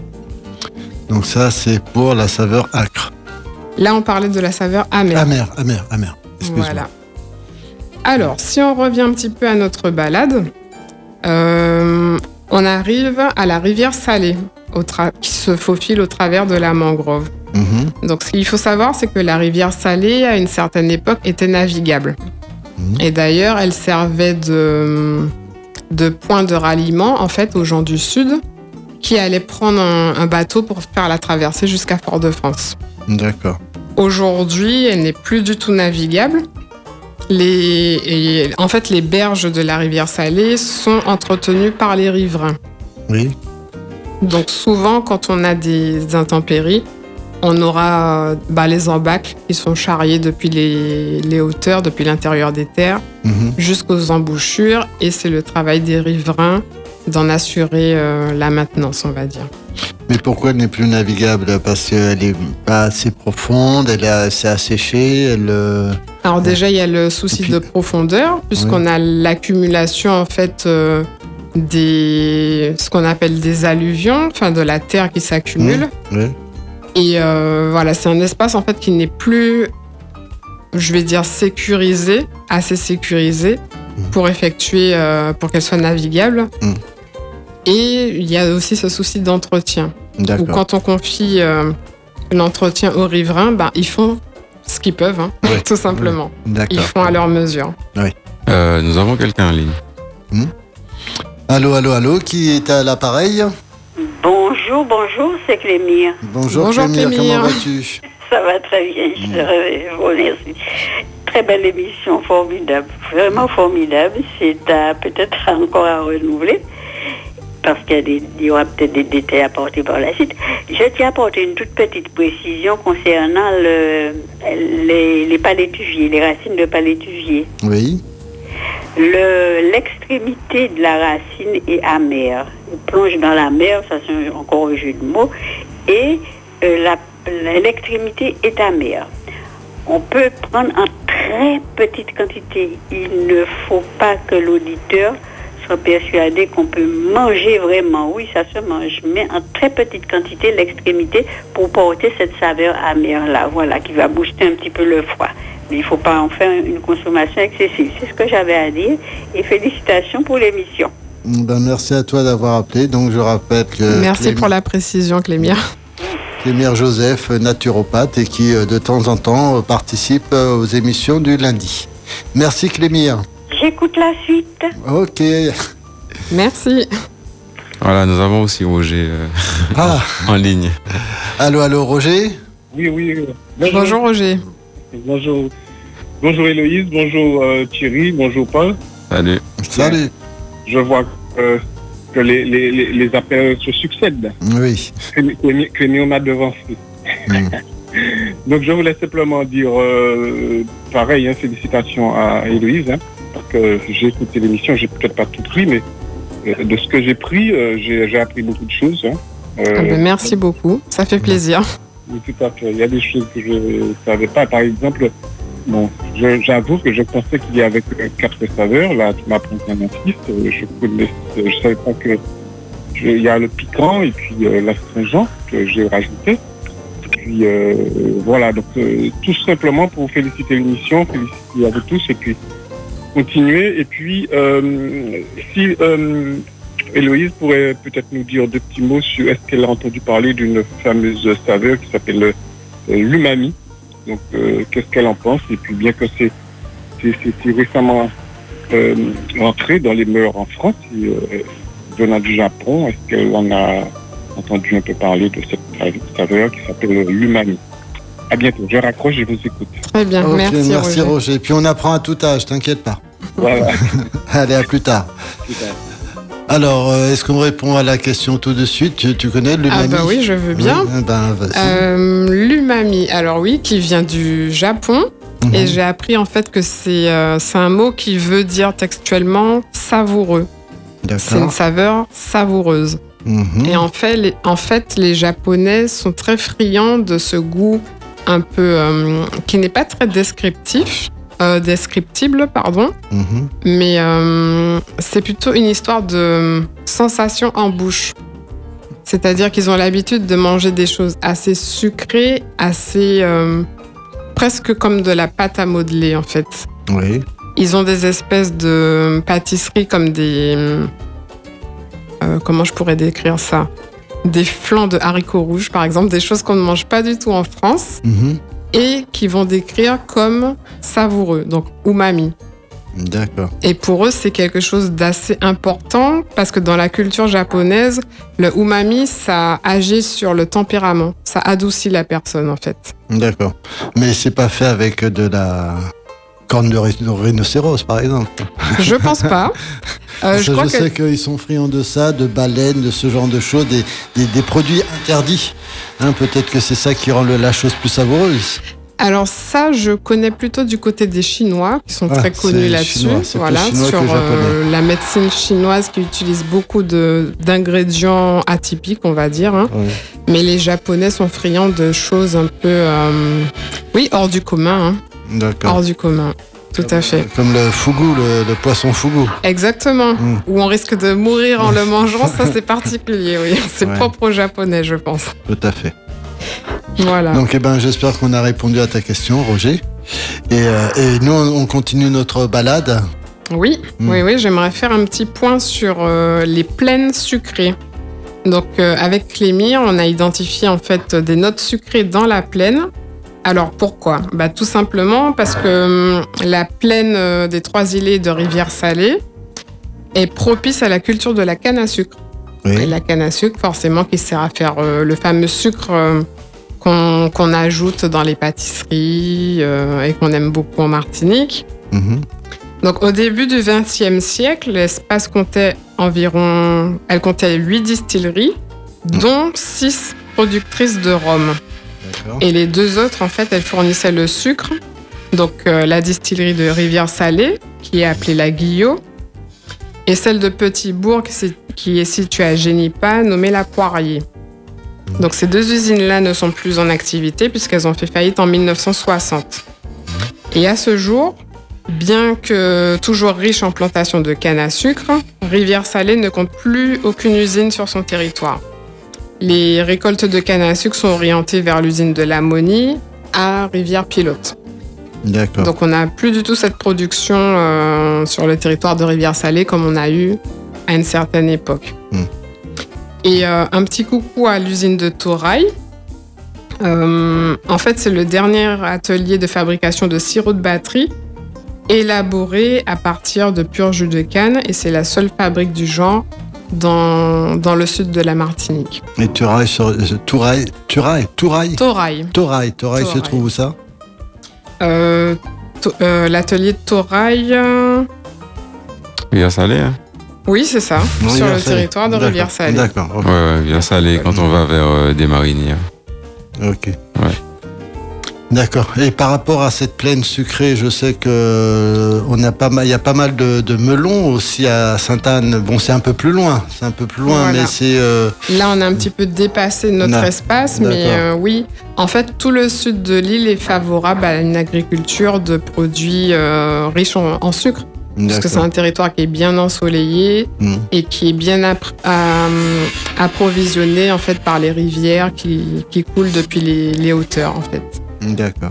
Donc ça, c'est pour la saveur acre. Là, on parlait de la saveur amère. Amère, amère, amère. Excuse-moi. Voilà. Alors, si on revient un petit peu à notre balade, euh, on arrive à la rivière Salée, au tra- qui se faufile au travers de la mangrove. Mmh. Donc, ce qu'il faut savoir, c'est que la rivière Salée, à une certaine époque, était navigable. Et d'ailleurs, elle servait de, de point de ralliement en fait, aux gens du Sud qui allaient prendre un, un bateau pour faire la traversée jusqu'à Fort-de-France. D'accord. Aujourd'hui, elle n'est plus du tout navigable. Les, et, en fait, les berges de la rivière Salée sont entretenues par les riverains. Oui. Donc souvent, quand on a des intempéries, on aura bah, les embâcles qui sont charriés depuis les, les hauteurs, depuis l'intérieur des terres, mm-hmm. jusqu'aux embouchures. Et c'est le travail des riverains d'en assurer euh, la maintenance, on va dire. Mais pourquoi elle n'est plus navigable? Parce qu'elle n'est pas assez profonde, elle est assez asséchée. Elle... Alors déjà, il y a le souci puis... de profondeur, puisqu'on oui. a l'accumulation en fait euh, des, ce qu'on appelle des alluvions, enfin de la terre qui s'accumule. Mmh. Oui. Et euh, voilà, c'est un espace en fait qui n'est plus, je vais dire, sécurisé, assez sécurisé mmh. pour effectuer, euh, pour qu'elle soit navigable. Mmh. Et il y a aussi ce souci d'entretien. D'accord. Où quand on confie euh, l'entretien aux riverains, ben, ils font ce qu'ils peuvent, hein, oui. tout simplement. Oui. Ils font à leur mesure. Oui. Euh, nous avons quelqu'un en ligne. Mmh. Allô, allô, allô, qui est à l'appareil? Bonjour, bonjour, c'est Clémire. Bonjour, bonjour Clémire, Clémire, comment vas-tu? Ça va très bien, je te remercie. Très belle émission, formidable, vraiment formidable. C'est à, peut-être encore à renouveler, parce qu'il y aura peut-être des détails apportés par la suite. Je tiens à apporter une toute petite précision concernant le, les, les palétuviers, les racines de palétuviers. Oui. Le, l'extrémité de la racine est amère. Elle plonge dans la mer, ça c'est encore un jeu de mots, et euh, la, l'extrémité est amère. On peut prendre en très petite quantité. Il ne faut pas que l'auditeur soit persuadé qu'on peut manger vraiment. Oui, ça se mange, mais en très petite quantité, l'extrémité, pour porter cette saveur amère-là, voilà, qui va booster un petit peu le foie. Mais il ne faut pas en faire une consommation excessive. C'est ce que j'avais à dire. Et félicitations pour l'émission. Ben, merci à toi d'avoir appelé. Donc, je rappelle que... Merci Clémire, pour la précision, Clémire. Clémire Joseph, naturopathe, et qui, de temps en temps, participe aux émissions du lundi. Merci, Clémire. J'écoute la suite. Ok. Merci. Voilà, nous avons aussi Roger euh, ah. en ligne. Allô, allô, Roger? Oui, oui. Bonjour, bonjour Roger. Bonjour. Bonjour Héloïse, bonjour euh, Thierry, bonjour Paul. Salut. Salut. Je vois euh, que les, les, les appels se succèdent. Oui. Clémire m'a devancé. Mm. Donc je voulais simplement dire euh, pareil, hein, félicitations à Héloïse, hein, parce que j'ai écouté l'émission, j'ai peut-être pas tout pris, mais euh, de ce que j'ai pris, euh, j'ai, j'ai appris beaucoup de choses. Hein. Euh, ah ben merci beaucoup, ça fait plaisir. Oui, tout à fait. Il y a des choses que je ne savais pas. Par exemple, bon, je, j'avoue que je pensais qu'il y avait quatre saveurs. Là, tu m'apprends qu'il y en a six. Je ne je savais pas que je, il y a le piquant et puis euh, l'astringent que j'ai rajouté. Puis euh, voilà, donc euh, tout simplement pour vous féliciter l'émission, féliciter à vous tous et puis continuer. Et puis, euh, si... Euh, Héloïse pourrait peut-être nous dire deux petits mots sur est-ce qu'elle a entendu parler d'une fameuse saveur qui s'appelle euh, l'umami. Donc, euh, qu'est-ce qu'elle en pense? Et puis, bien que c'est, c'est, c'est, c'est récemment euh, entré dans les mœurs en France, et, euh, venant du Japon, est-ce qu'elle en a entendu un peu parler de cette saveur qui s'appelle l'umami? À bientôt. Je raccroche, je vous écoute. Très bien, okay, merci, merci Roger. Roger. Puis on apprend à tout âge, t'inquiète pas. Voilà. Allez, à plus tard. Plus tard. Alors, est-ce qu'on répond à la question tout de suite? Tu, tu connais l'umami? Ah bah oui, je veux bien. Oui, ben, vas-y. Euh, l'umami, alors oui, qui vient du Japon. Mmh. Et j'ai appris en fait que c'est, euh, c'est un mot qui veut dire textuellement savoureux. D'accord. C'est une saveur savoureuse. Mmh. Et en fait, les, en fait, les Japonais sont très friands de ce goût un peu... Euh, qui n'est pas très descriptif. Euh, descriptible, pardon. Mmh. Mais euh, c'est plutôt une histoire de sensation en bouche. C'est-à-dire qu'ils ont l'habitude de manger des choses assez sucrées, assez... Euh, presque comme de la pâte à modeler, en fait. Oui. Ils ont des espèces de pâtisseries comme des... Euh, comment je pourrais décrire ça? Des flancs de haricots rouges, par exemple, des choses qu'on ne mange pas du tout en France. Mmh. Et qui vont décrire comme savoureux, donc umami. D'accord. Et pour eux, c'est quelque chose d'assez important parce que dans la culture japonaise, le umami, ça agit sur le tempérament, ça adoucit la personne en fait. D'accord. Mais c'est pas fait avec de la cornes de rhinocéros, par exemple. Je pense pas. Euh, je crois je sais que... qu'ils sont friands de ça, de baleines, de ce genre de choses, des, des, des produits interdits. Hein, peut-être que c'est ça qui rend le, la chose plus savoureuse. Alors ça, je connais plutôt du côté des Chinois, qui sont ah, très connus là-dessus. Chinois, voilà, sur euh, la médecine chinoise qui utilise beaucoup de, d'ingrédients atypiques, on va dire. Hein. Oui. Mais les Japonais sont friands de choses un peu, euh, oui, hors du commun. Hein. D'accord. Hors du commun. Tout à fait. Comme le fugu, le, le poisson fugu. Exactement. Mmh. Où on risque de mourir en le mangeant, ça c'est particulier, oui. C'est ouais. propre aux Japonais, je pense. Tout à fait. Voilà. Donc, eh ben, j'espère qu'on a répondu à ta question, Roger. Et, euh, et nous, on continue notre balade. Oui, mmh. oui, oui. J'aimerais faire un petit point sur euh, les plaines sucrées. Donc, euh, avec Clémire, on a identifié en fait des notes sucrées dans la plaine. Alors pourquoi ? Bah, tout simplement parce que hum, la plaine euh, des Trois-Îlets de Rivière-Salée est propice à la culture de la canne à sucre. Oui. Et la canne à sucre, forcément, qui sert à faire euh, le fameux sucre euh, qu'on, qu'on ajoute dans les pâtisseries euh, et qu'on aime beaucoup en Martinique. Mm-hmm. Donc au début du vingtième siècle, l'espace comptait environ... Elle comptait huit distilleries, mm. dont six productrices de rhum. Et les deux autres, en fait, elles fournissaient le sucre. Donc, euh, la distillerie de Rivière-Salée, qui est appelée la Guillot, et celle de Petit-Bourg, qui est située à Génipa, nommée la Poirier. Donc, ces deux usines-là ne sont plus en activité puisqu'elles ont fait faillite en mille neuf cent soixante. Et à ce jour, bien que toujours riche en plantations de canne à sucre, Rivière-Salée ne compte plus aucune usine sur son territoire. Les récoltes de canne à sucre sont orientées vers l'usine de l'Ammonie à Rivière-Pilote. D'accord. Donc on n'a plus du tout cette production euh, sur le territoire de Rivière-Salée comme on a eu à une certaine époque. Mmh. Et euh, un petit coucou à l'usine de Torail. Euh, en fait, c'est le dernier atelier de fabrication de sirop de batterie élaboré à partir de pur jus de canne et c'est la seule fabrique du genre Dans, dans le sud de la Martinique. Et Tourail, Tourail, Tourail, Tourail, Torail. Torail, Torail se trouve où ça euh, to, euh, L'atelier de Torail. Euh... Rivière-Salée, hein Oui, c'est ça, oui, sur le territoire de Rivière-Salée. D'accord. Okay. Ouais, ouais, Rivière-Salée, quand on va vers euh, des Marinières. Ok. Ouais. D'accord. Et par rapport à cette plaine sucrée, je sais que on a pas mal, il y a pas mal de, de melons aussi à Sainte-Anne. Bon, c'est un peu plus loin, c'est un peu plus loin, voilà. mais c'est. Euh... Là, on a un petit peu dépassé notre a... espace, D'accord. mais euh, oui, en fait, tout le sud de l'île est favorable à une agriculture de produits euh, riches en, en sucre. D'accord. Parce que c'est un territoire qui est bien ensoleillé mmh. et qui est bien appr- à, approvisionné en fait par les rivières qui, qui coulent depuis les, les hauteurs en fait. D'accord.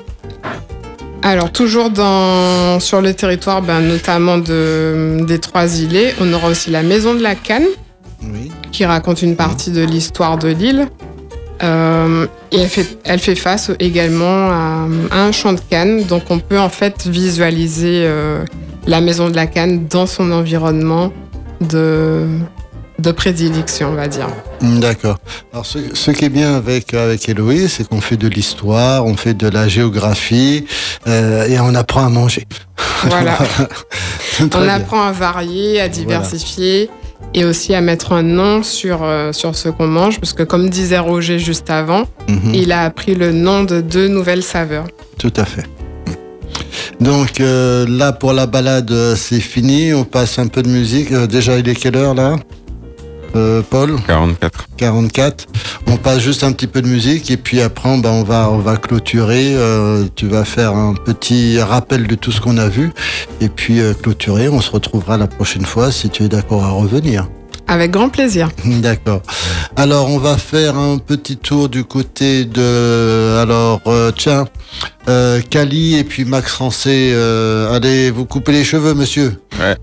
Alors, toujours dans, sur le territoire, ben, notamment de, des Trois-Îlets, on aura aussi la Maison de la Canne, oui. qui raconte une partie de l'histoire de l'île. Euh, et elle fait, elle fait face également à, à un champ de canne. Donc, on peut en fait visualiser euh, la Maison de la Canne dans son environnement de... de prédilection, on va dire. D'accord. Alors, ce, ce qui est bien avec, avec Héloïse, c'est qu'on fait de l'histoire, on fait de la géographie euh, et on apprend à manger. Voilà. on bien. apprend à varier, à diversifier voilà. et aussi à mettre un nom sur, euh, sur ce qu'on mange, parce que comme disait Roger juste avant, mm-hmm. il a appris le nom de deux nouvelles saveurs. Tout à fait. Donc euh, là, pour la balade, c'est fini. On passe un peu de musique. Euh, déjà, il est quelle heure là ? Euh, Paul quarante-quatre. quarante-quatre. On passe juste un petit peu de musique et puis après ben, on, va, on va clôturer. Euh, tu vas faire un petit rappel de tout ce qu'on a vu et puis euh, clôturer. On se retrouvera la prochaine fois si tu es d'accord à revenir. Avec grand plaisir. D'accord. Alors on va faire un petit tour du côté de... Alors euh, tiens, euh, Cali et puis Max Rancé. Euh, allez, vous coupez les cheveux, monsieur. Ouais.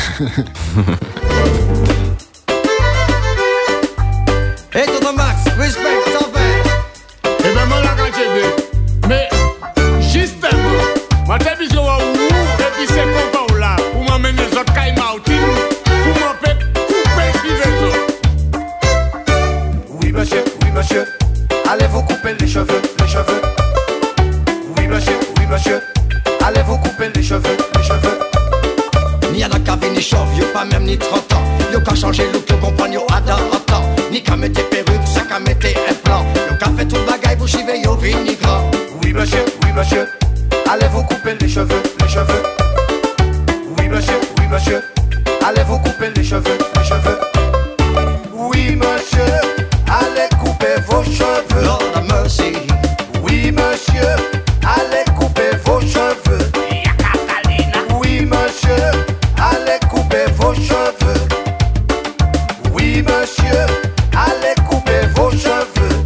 Hey, tonton Max, respect, t'en fais. Eh ben, moi, la quand mais, justement, ma télévision a où, et puis c'est qu'on va là, pour m'emmener les autres cailles Martin, pour m'en couper les cheveux. Oui, monsieur, oui, monsieur, allez vous couper les cheveux, les cheveux. Oui, monsieur, oui, monsieur, allez vous Allez-vous couper les cheveux, les cheveux? Ni à la cave, ni chauve, yo pas même ni trente ans. Yo qu'à changer look, yo comprendre, yo ada, attends. Ni qu'à mettre perruque, ça qu'à mettre implant. Yo qu'à fait tout le bagaille, vous chivez, yo vini grand. Oui monsieur, oui monsieur. Allez-vous couper les cheveux, les cheveux? Oui monsieur, oui monsieur. Allez-vous couper les cheveux, les cheveux? Oui monsieur. Allez couper vos cheveux. Lord have mercy. Oui monsieur. Allez couper vos cheveux. Oui monsieur. Allez couper vos cheveux. Oui monsieur. Allez couper vos cheveux.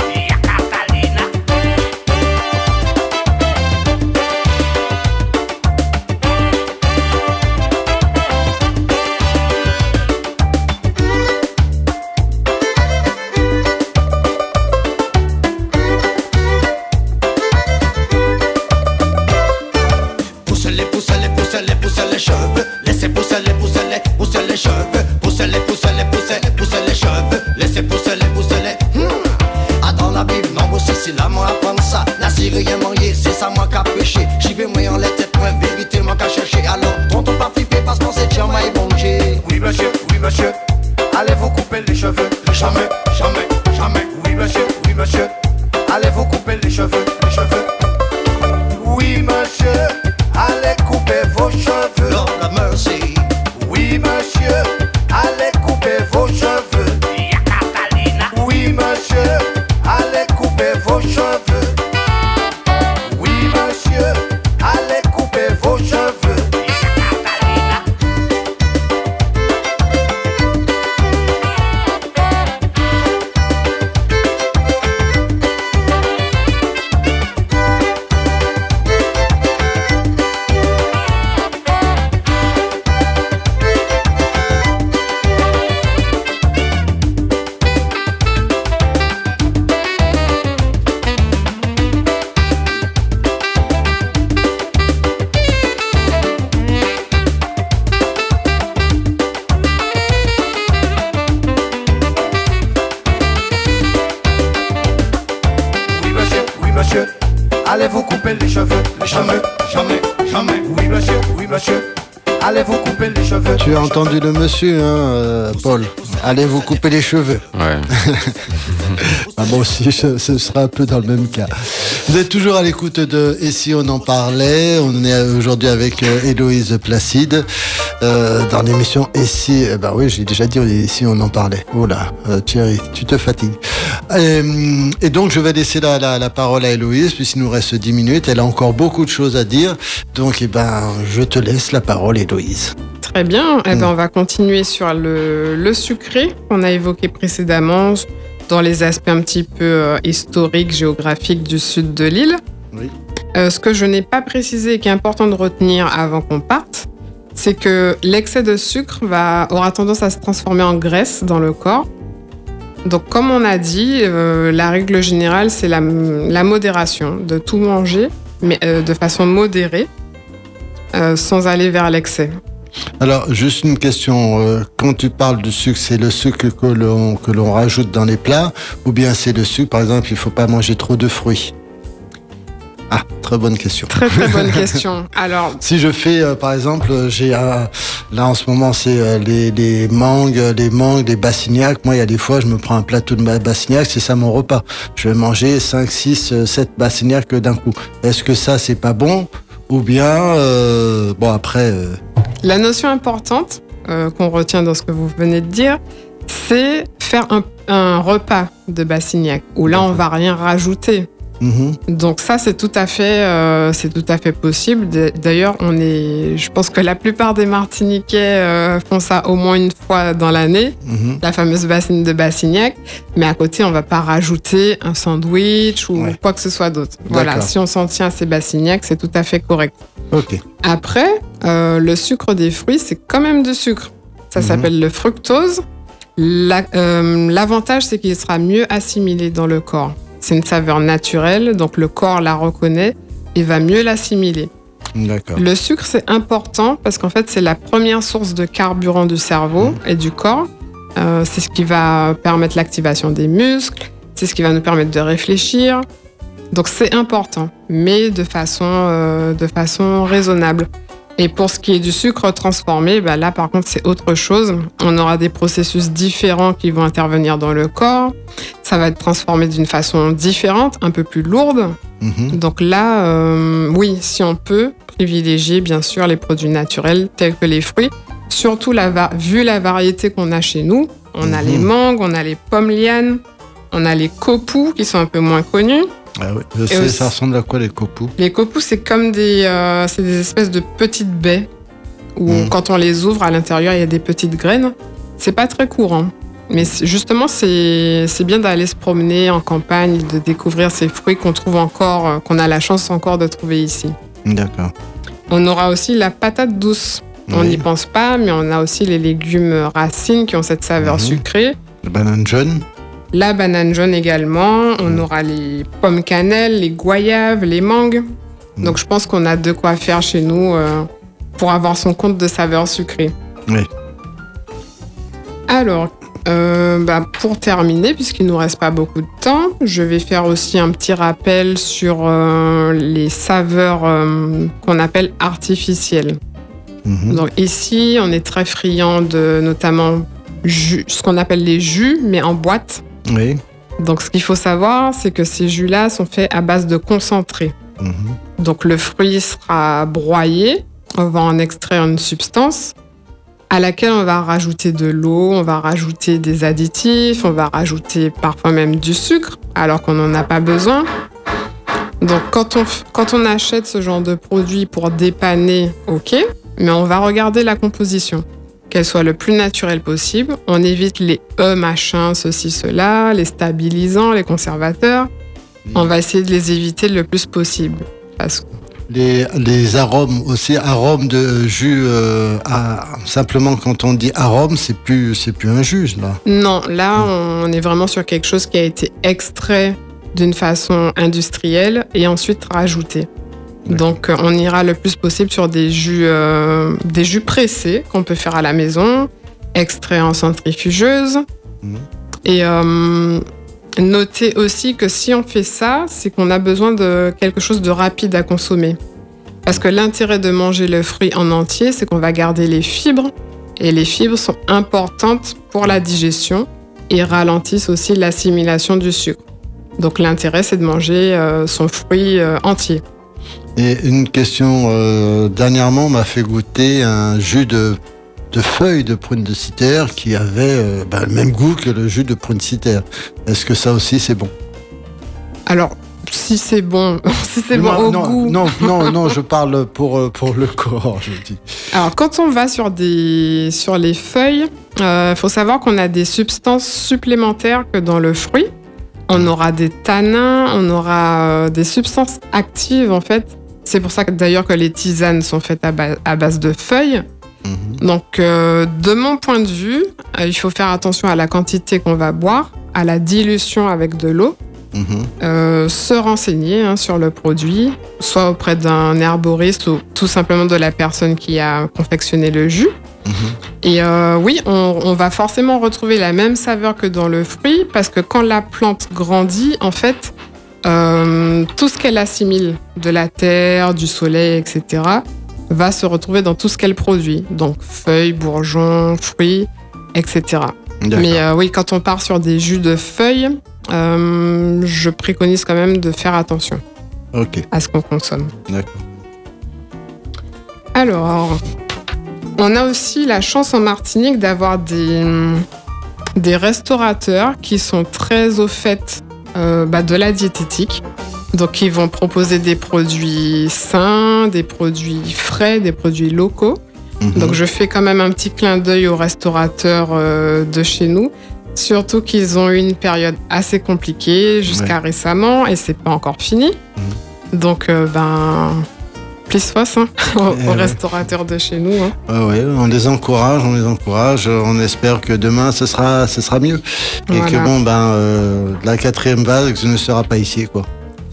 Laissez pousser les, pousser les, pousser les cheveux. Poussez les, poussez les, poussez les, pousser les cheveux. Laissez pousser les, pousser les. Hmm. Ah, dans la Bible, non, aussi, si là, moi, apprendre ça. La Syrienne, moi, c'est ça, moi, qu'à péché. J'y vais, moi, en les têtes, moi, vérité, moi, qu'à chercher. Alors, tonton, pas flipper, parce qu'on sait, tiens, moi, et bon Dieu. Oui, monsieur, oui, monsieur. Allez-vous couper les cheveux? Jamais, jamais, jamais. Oui, monsieur, oui, monsieur. Allez-vous couper les cheveux? Les cheveux? Oui, monsieur. Allez couper vos cheveux. Lord have mercy. Oui monsieur. Allez couper vos cheveux. Oui monsieur. Allez couper vos cheveux. Oui monsieur. Allez couper vos cheveux. Allez-vous couper les cheveux? Les cheveux? Jamais, jamais. Oui monsieur, oui monsieur. Allez-vous couper les cheveux? Tu as entendu le monsieur, hein, euh, Paul? Allez-vous couper les cheveux? Ouais. Ah, moi aussi, ce, ce sera un peu dans le même cas. Vous êtes toujours à l'écoute de Et si on en parlait? On est aujourd'hui avec euh, Héloïse Placide euh, dans l'émission Et si... Eh ben oui, j'ai déjà dit Et si on en parlait. Oh là, euh, Thierry, tu te fatigues. Et, et donc, je vais laisser la, la, la parole à Héloïse, puisqu'il nous reste dix minutes. Elle a encore beaucoup de choses à dire. Donc, eh ben, je te laisse la parole, Héloïse. Très bien. Eh ben, on va continuer sur le, le sucré qu'on a évoqué précédemment, dans les aspects un petit peu euh, historiques, géographiques du sud de l'île. Oui. Euh, ce que je n'ai pas précisé et qui est important de retenir avant qu'on parte, c'est que l'excès de sucre va, aura tendance à se transformer en graisse dans le corps. Donc, comme on a dit, euh, la règle générale, c'est la, la modération, de tout manger, mais euh, de façon modérée, euh, sans aller vers l'excès. Alors, juste une question. Euh, quand tu parles de sucre, c'est le sucre que l'on, que l'on rajoute dans les plats ou bien c'est le sucre, par exemple, il ne faut pas manger trop de fruits? Ah, très bonne question. Très, très bonne question. Alors, si je fais, euh, par exemple, j'ai euh, là en ce moment, c'est euh, les, les mangues, les mangues, les bassignacs. Moi, il y a des fois, je me prends un plateau de bassignacs, c'est ça mon repas. Je vais manger cinq, six, sept bassignacs d'un coup. Est-ce que ça, c'est pas bon? Ou bien, euh, bon, après... Euh... La notion importante euh, qu'on retient dans ce que vous venez de dire, c'est faire un, un repas de bassignac, où là, on va rien rajouter. Mmh. Donc ça, c'est tout à fait, euh, c'est tout à fait possible. D'ailleurs, on est, je pense que la plupart des Martiniquais euh, font ça au moins une fois dans l'année, mmh. la fameuse bassine de bassignac. Mais à côté, on va pas rajouter un sandwich ou ouais. quoi que ce soit d'autre. Voilà, si on s'en tient à ces bassignacs, c'est tout à fait correct. Ok. Après, euh, le sucre des fruits, c'est quand même du sucre. Ça mmh. s'appelle le fructose. La, euh, l'avantage, c'est qu'il sera mieux assimilé dans le corps. C'est une saveur naturelle, donc le corps la reconnaît et va mieux l'assimiler. D'accord. Le sucre, c'est important parce qu'en fait, c'est la première source de carburant du cerveau mmh. et du corps. Euh, c'est ce qui va permettre l'activation des muscles, c'est ce qui va nous permettre de réfléchir, Donc c'est important, mais de façon, euh, de façon raisonnable. Et pour ce qui est du sucre transformé, bah là par contre c'est autre chose. On aura des processus différents qui vont intervenir dans le corps. Ça va être transformé d'une façon différente, un peu plus lourde. Mmh. Donc là, euh, oui, si on peut privilégier bien sûr les produits naturels tels que les fruits. Surtout la va- vu la variété qu'on a chez nous. On mmh. a les mangues, on a les pommes lianes, on a les copous qui sont un peu moins connus. Ah oui, je sais, aussi, ça ressemble à quoi les copous? Les copous, c'est comme des, euh, c'est des espèces de petites baies où mmh. quand on les ouvre, à l'intérieur, il y a des petites graines. C'est pas très courant. Mais c'est, justement, c'est, c'est bien d'aller se promener en campagne, de découvrir ces fruits qu'on trouve encore, euh, qu'on a la chance encore de trouver ici. D'accord. On aura aussi la patate douce. Oui. On n'y pense pas, mais on a aussi les légumes racines qui ont cette saveur mmh. sucrée. La banane jaune. La banane jaune également, on aura les pommes cannelle, les goyaves, les mangues. Mmh. Donc je pense qu'on a de quoi faire chez nous euh, pour avoir son compte de saveurs sucrées. Oui. Alors, euh, bah, pour terminer, puisqu'il ne nous reste pas beaucoup de temps, je vais faire aussi un petit rappel sur euh, les saveurs euh, qu'on appelle artificielles. Mmh. Donc ici, on est très friand de notamment jus, ce qu'on appelle les jus, mais en boîte. Oui. Donc, ce qu'il faut savoir, c'est que ces jus-là sont faits à base de concentré. Mmh. Donc, le fruit sera broyé. On va en extraire une substance à laquelle on va rajouter de l'eau, on va rajouter des additifs, on va rajouter parfois même du sucre, alors qu'on n'en a pas besoin. Donc, quand on, quand on achète ce genre de produit pour dépanner, OK, mais on va regarder la composition. Qu'elle soit le plus naturelle possible. On évite les E machin, ceci, cela, les stabilisants, les conservateurs. Mmh. On va essayer de les éviter le plus possible. Parce que... les, les arômes aussi, arômes de jus, euh, à, simplement quand on dit arôme, c'est plus, c'est plus un jus là. Non, là mmh. on est vraiment sur quelque chose qui a été extrait d'une façon industrielle et ensuite rajouté. Donc, on ira le plus possible sur des jus, euh, des jus pressés qu'on peut faire à la maison, extraits en centrifugeuse. Mmh. Et euh, notez aussi que si on fait ça, c'est qu'on a besoin de quelque chose de rapide à consommer. Parce que l'intérêt de manger le fruit en entier, c'est qu'on va garder les fibres. Et les fibres sont importantes pour la digestion et ralentissent aussi l'assimilation du sucre. Donc, l'intérêt, c'est de manger euh, son fruit euh, entier. Et une question, euh, dernièrement, on m'a fait goûter un jus de, de feuilles de prune de citer qui avait euh, bah, le même goût que le jus de prune citer. Est-ce que ça aussi, c'est bon? Alors, si c'est bon, si c'est non, bon au non, goût... Non, non, non, je parle pour, pour le corps, je dis. Alors, quand on va sur, des, sur les feuilles, il euh, faut savoir qu'on a des substances supplémentaires que dans le fruit. On aura des tanins, on aura euh, des substances actives, en fait. C'est pour ça que d'ailleurs que les tisanes sont faites à, ba- à base de feuilles. Mmh. Donc, euh, de mon point de vue, euh, il faut faire attention à la quantité qu'on va boire, à la dilution avec de l'eau, mmh. euh, se renseigner hein, sur le produit, soit auprès d'un herboriste ou tout simplement de la personne qui a confectionné le jus. Mmh. Et euh, oui, on, on va forcément retrouver la même saveur que dans le fruit, parce que quand la plante grandit, en fait, Euh, tout ce qu'elle assimile de la terre, du soleil, et cetera, va se retrouver dans tout ce qu'elle produit. Donc feuilles, bourgeons, fruits, et cetera. D'accord. Mais euh, oui, quand on part sur des jus de feuilles, euh, je préconise quand même de faire attention okay. à ce qu'on consomme. D'accord. Alors, on a aussi la chance en Martinique d'avoir des, des restaurateurs qui sont très au fait Euh, bah, de la diététique. Donc, ils vont proposer des produits sains, des produits frais, des produits locaux. Mmh. Donc, je fais quand même un petit clin d'œil aux restaurateurs euh, de chez nous. Surtout qu'ils ont eu une période assez compliquée jusqu'à ouais. récemment et c'est pas encore fini. Mmh. Donc, euh, ben... plus force hein, aux, aux ouais. restaurateurs de chez nous. Hein. Ouais, ouais, on les encourage, on les encourage. On espère que demain, ce sera, ce sera mieux. Et voilà. que bon, ben, euh, la quatrième vague ne sera pas ici, quoi.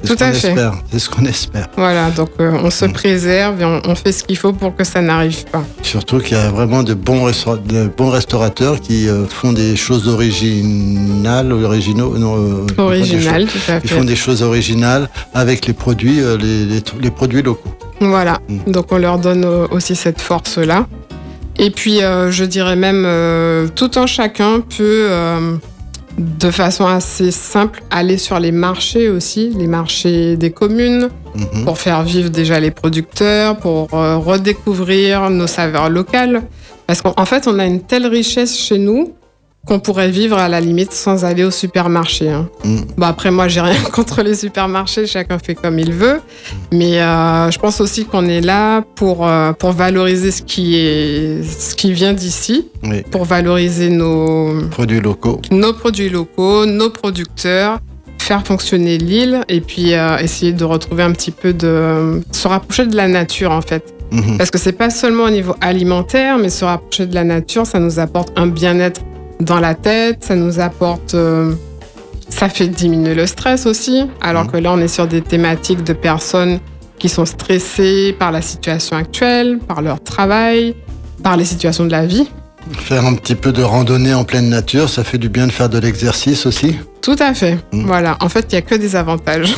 C'est Tout ce qu'on à fait. espère. C'est ce qu'on espère. Voilà, donc euh, on se Mm. préserve et on, on fait ce qu'il faut pour que ça n'arrive pas. Surtout qu'il y a vraiment de bons, restaura- de bons restaurateurs qui euh, font des choses originales, originaux, non, euh, ils font des Original, choses- tout à Ils font fait. des choses originales avec les produits, euh, les, les, les produits locaux. Voilà, Mm. donc on leur donne euh, aussi cette force-là. Et puis, euh, je dirais même, euh, tout un chacun peut, euh, de façon assez simple, aller sur les marchés aussi, les marchés des communes, Mhm. pour faire vivre déjà les producteurs, pour euh, redécouvrir nos saveurs locales. Parce qu'en en fait, on a une telle richesse chez nous qu'on pourrait vivre à la limite sans aller au supermarché. Hein. Mm. Bon, après, moi, j'ai rien contre les supermarchés, chacun fait comme il veut. Mais euh, je pense aussi qu'on est là pour, euh, pour valoriser ce qui, est, ce qui vient d'ici, Oui. pour valoriser nos, Produits locaux. nos produits locaux, nos producteurs, faire fonctionner l'île et puis euh, essayer de retrouver un petit peu de... se rapprocher de la nature, en fait. Mhm. Parce que c'est pas seulement au niveau alimentaire, mais se rapprocher de la nature, ça nous apporte un bien-être dans la tête, ça nous apporte... euh, ça fait diminuer le stress aussi, alors Mhm. que là, on est sur des thématiques de personnes qui sont stressées par la situation actuelle, par leur travail, par les situations de la vie. Faire un petit peu de randonnée en pleine nature, ça fait du bien de faire de l'exercice aussi. Tout à fait. Mhm. Voilà. En fait, il n'y a que des avantages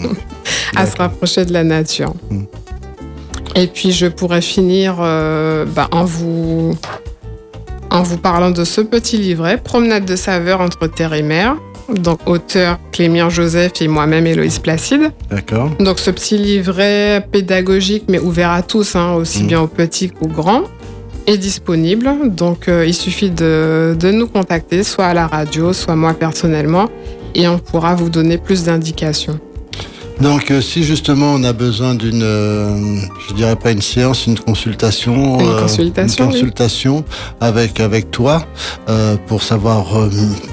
à se D'accord. rapprocher de la nature. Mhm. Et puis, je pourrais finir euh, bah, en, vous, en vous parlant de ce petit livret, Promenade de saveurs entre terre et mer. Donc, auteur Clémien Joseph et moi-même Héloïse Placide. D'accord. Donc, ce petit livret pédagogique, mais ouvert à tous, hein, aussi Mhm. bien aux petits qu'aux grands, est disponible. Donc, euh, il suffit de, de nous contacter, soit à la radio, soit moi personnellement, et on pourra vous donner plus d'indications. Donc, euh, si justement on a besoin d'une, euh, je dirais pas une séance, une consultation, Une consultation, une oui. consultation avec avec toi euh, pour savoir euh,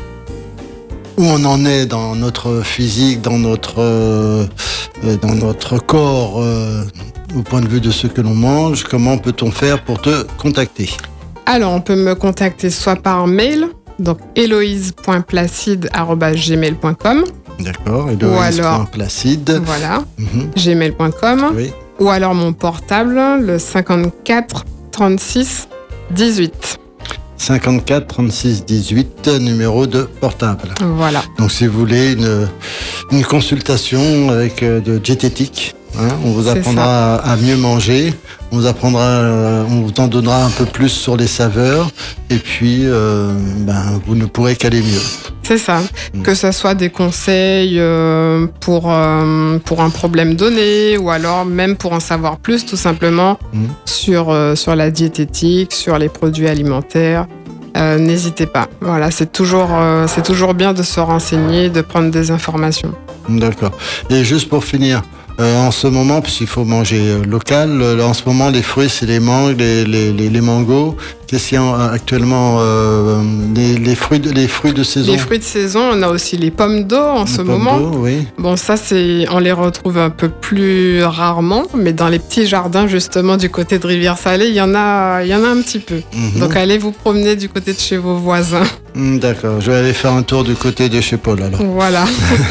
où on en est dans notre physique, dans notre euh, euh, dans notre corps, euh, au point de vue de ce que l'on mange, comment peut-on faire pour te contacter? Alors, on peut me contacter soit par mail, donc héloïse point placide arobase gmail point com, D'accord. Et Ou alors- Placide. voilà, Mhm. gmail point com, Oui. ou alors mon portable, le cinquante-quatre trente-six dix-huit. cinquante-quatre trente-six dix-huit, numéro de portable. Voilà. Donc si vous voulez une, une consultation avec euh, de diététique, hein, on vous C'est apprendra à, à mieux manger, on vous apprendra, euh, on vous en donnera un peu plus sur les saveurs, et puis euh, ben, vous ne pourrez qu'aller mieux. C'est ça. Mm. Que ce soit des conseils euh, pour, euh, pour un problème donné ou alors même pour en savoir plus tout simplement Mm. sur, euh, sur la diététique, sur les produits alimentaires. Euh, n'hésitez pas. Voilà, c'est toujours, euh, c'est toujours bien de se renseigner, de prendre des informations. D'accord. Et juste pour finir, euh, en ce moment, puisqu'il faut manger euh, local, euh, en ce moment les fruits c'est les mangues, les, les, les, les mangos. Qu'est-ce qu'il y a euh, actuellement euh, les, les, fruits de, les fruits de saison? Les fruits de saison, on a aussi les pommes d'eau en Les ce pommes moment. d'eau, oui. Bon, ça, c'est, on les retrouve un peu plus rarement, mais dans les petits jardins, justement, du côté de Rivière-Salée, il y en a, il y en a un petit peu. Mhm. Donc, allez vous promener du côté de chez vos voisins. Hmm, D'accord, je vais aller faire un tour du côté de chez Paul alors. Voilà.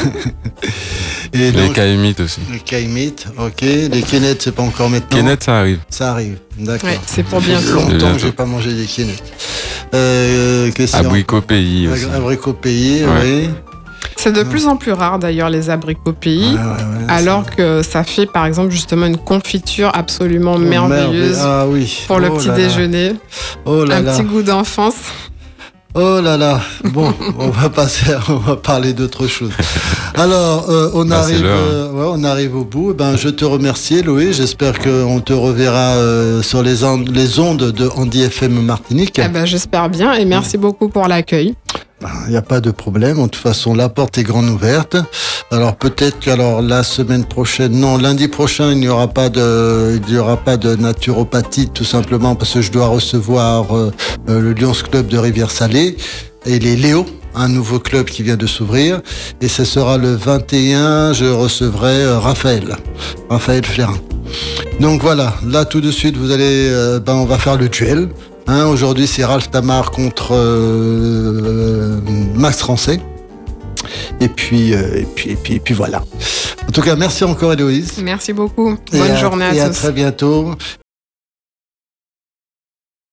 Et Les donc, caïmites aussi. les caïmites, ok. Les quénettes, c'est pas encore maintenant. Kenneth, ça arrive. Ça arrive, d'accord. Ouais, c'est pour Ça fait bientôt. longtemps que Bientôt. j'ai pas mangé des quénettes. Euh, question. Abricot pays aussi. Abricot pays, Ouais. oui. C'est de plus en plus rare, d'ailleurs, les abricots pays. Ouais, ouais, ouais, Alors ça- que ça fait, par exemple, justement une confiture absolument Oh, merveilleuse merveille- Ah oui. pour le Oh petit là là. déjeuner. Oh là un là. petit goût d'enfance. Oh là là. Bon, on va passer, on va parler d'autre chose. Alors, euh, on Bah, c'est arrive, l'heure. euh, ouais, on arrive au bout. Ben, je te remercie, Loé. J'espère qu'on te reverra euh, sur les ondes, les ondes de Andy F M Martinique. Eh ben, j'espère bien et merci beaucoup pour l'accueil. Il n'y a pas de problème. De toute façon, la porte est grande ouverte. Alors peut-être que alors la semaine prochaine, non, lundi prochain, il n'y aura pas de, il n'y aura pas de naturopathie, tout simplement parce que je dois recevoir euh, euh, le Lions Club de Rivière-Salée et les Léo, un nouveau club qui vient de s'ouvrir. Et ce sera le vingt et un. Je recevrai euh, Raphaël, Raphaël Flérin. Donc voilà, là tout de suite, vous allez, euh, ben on va faire le duel. Hein, aujourd'hui, c'est Ralph Tamar contre euh, Max Français. Et puis, euh, et puis, et puis, et puis voilà. En tout cas, merci encore Héloïse. Merci beaucoup. Bonne et journée à, à et tous. Et à très bientôt.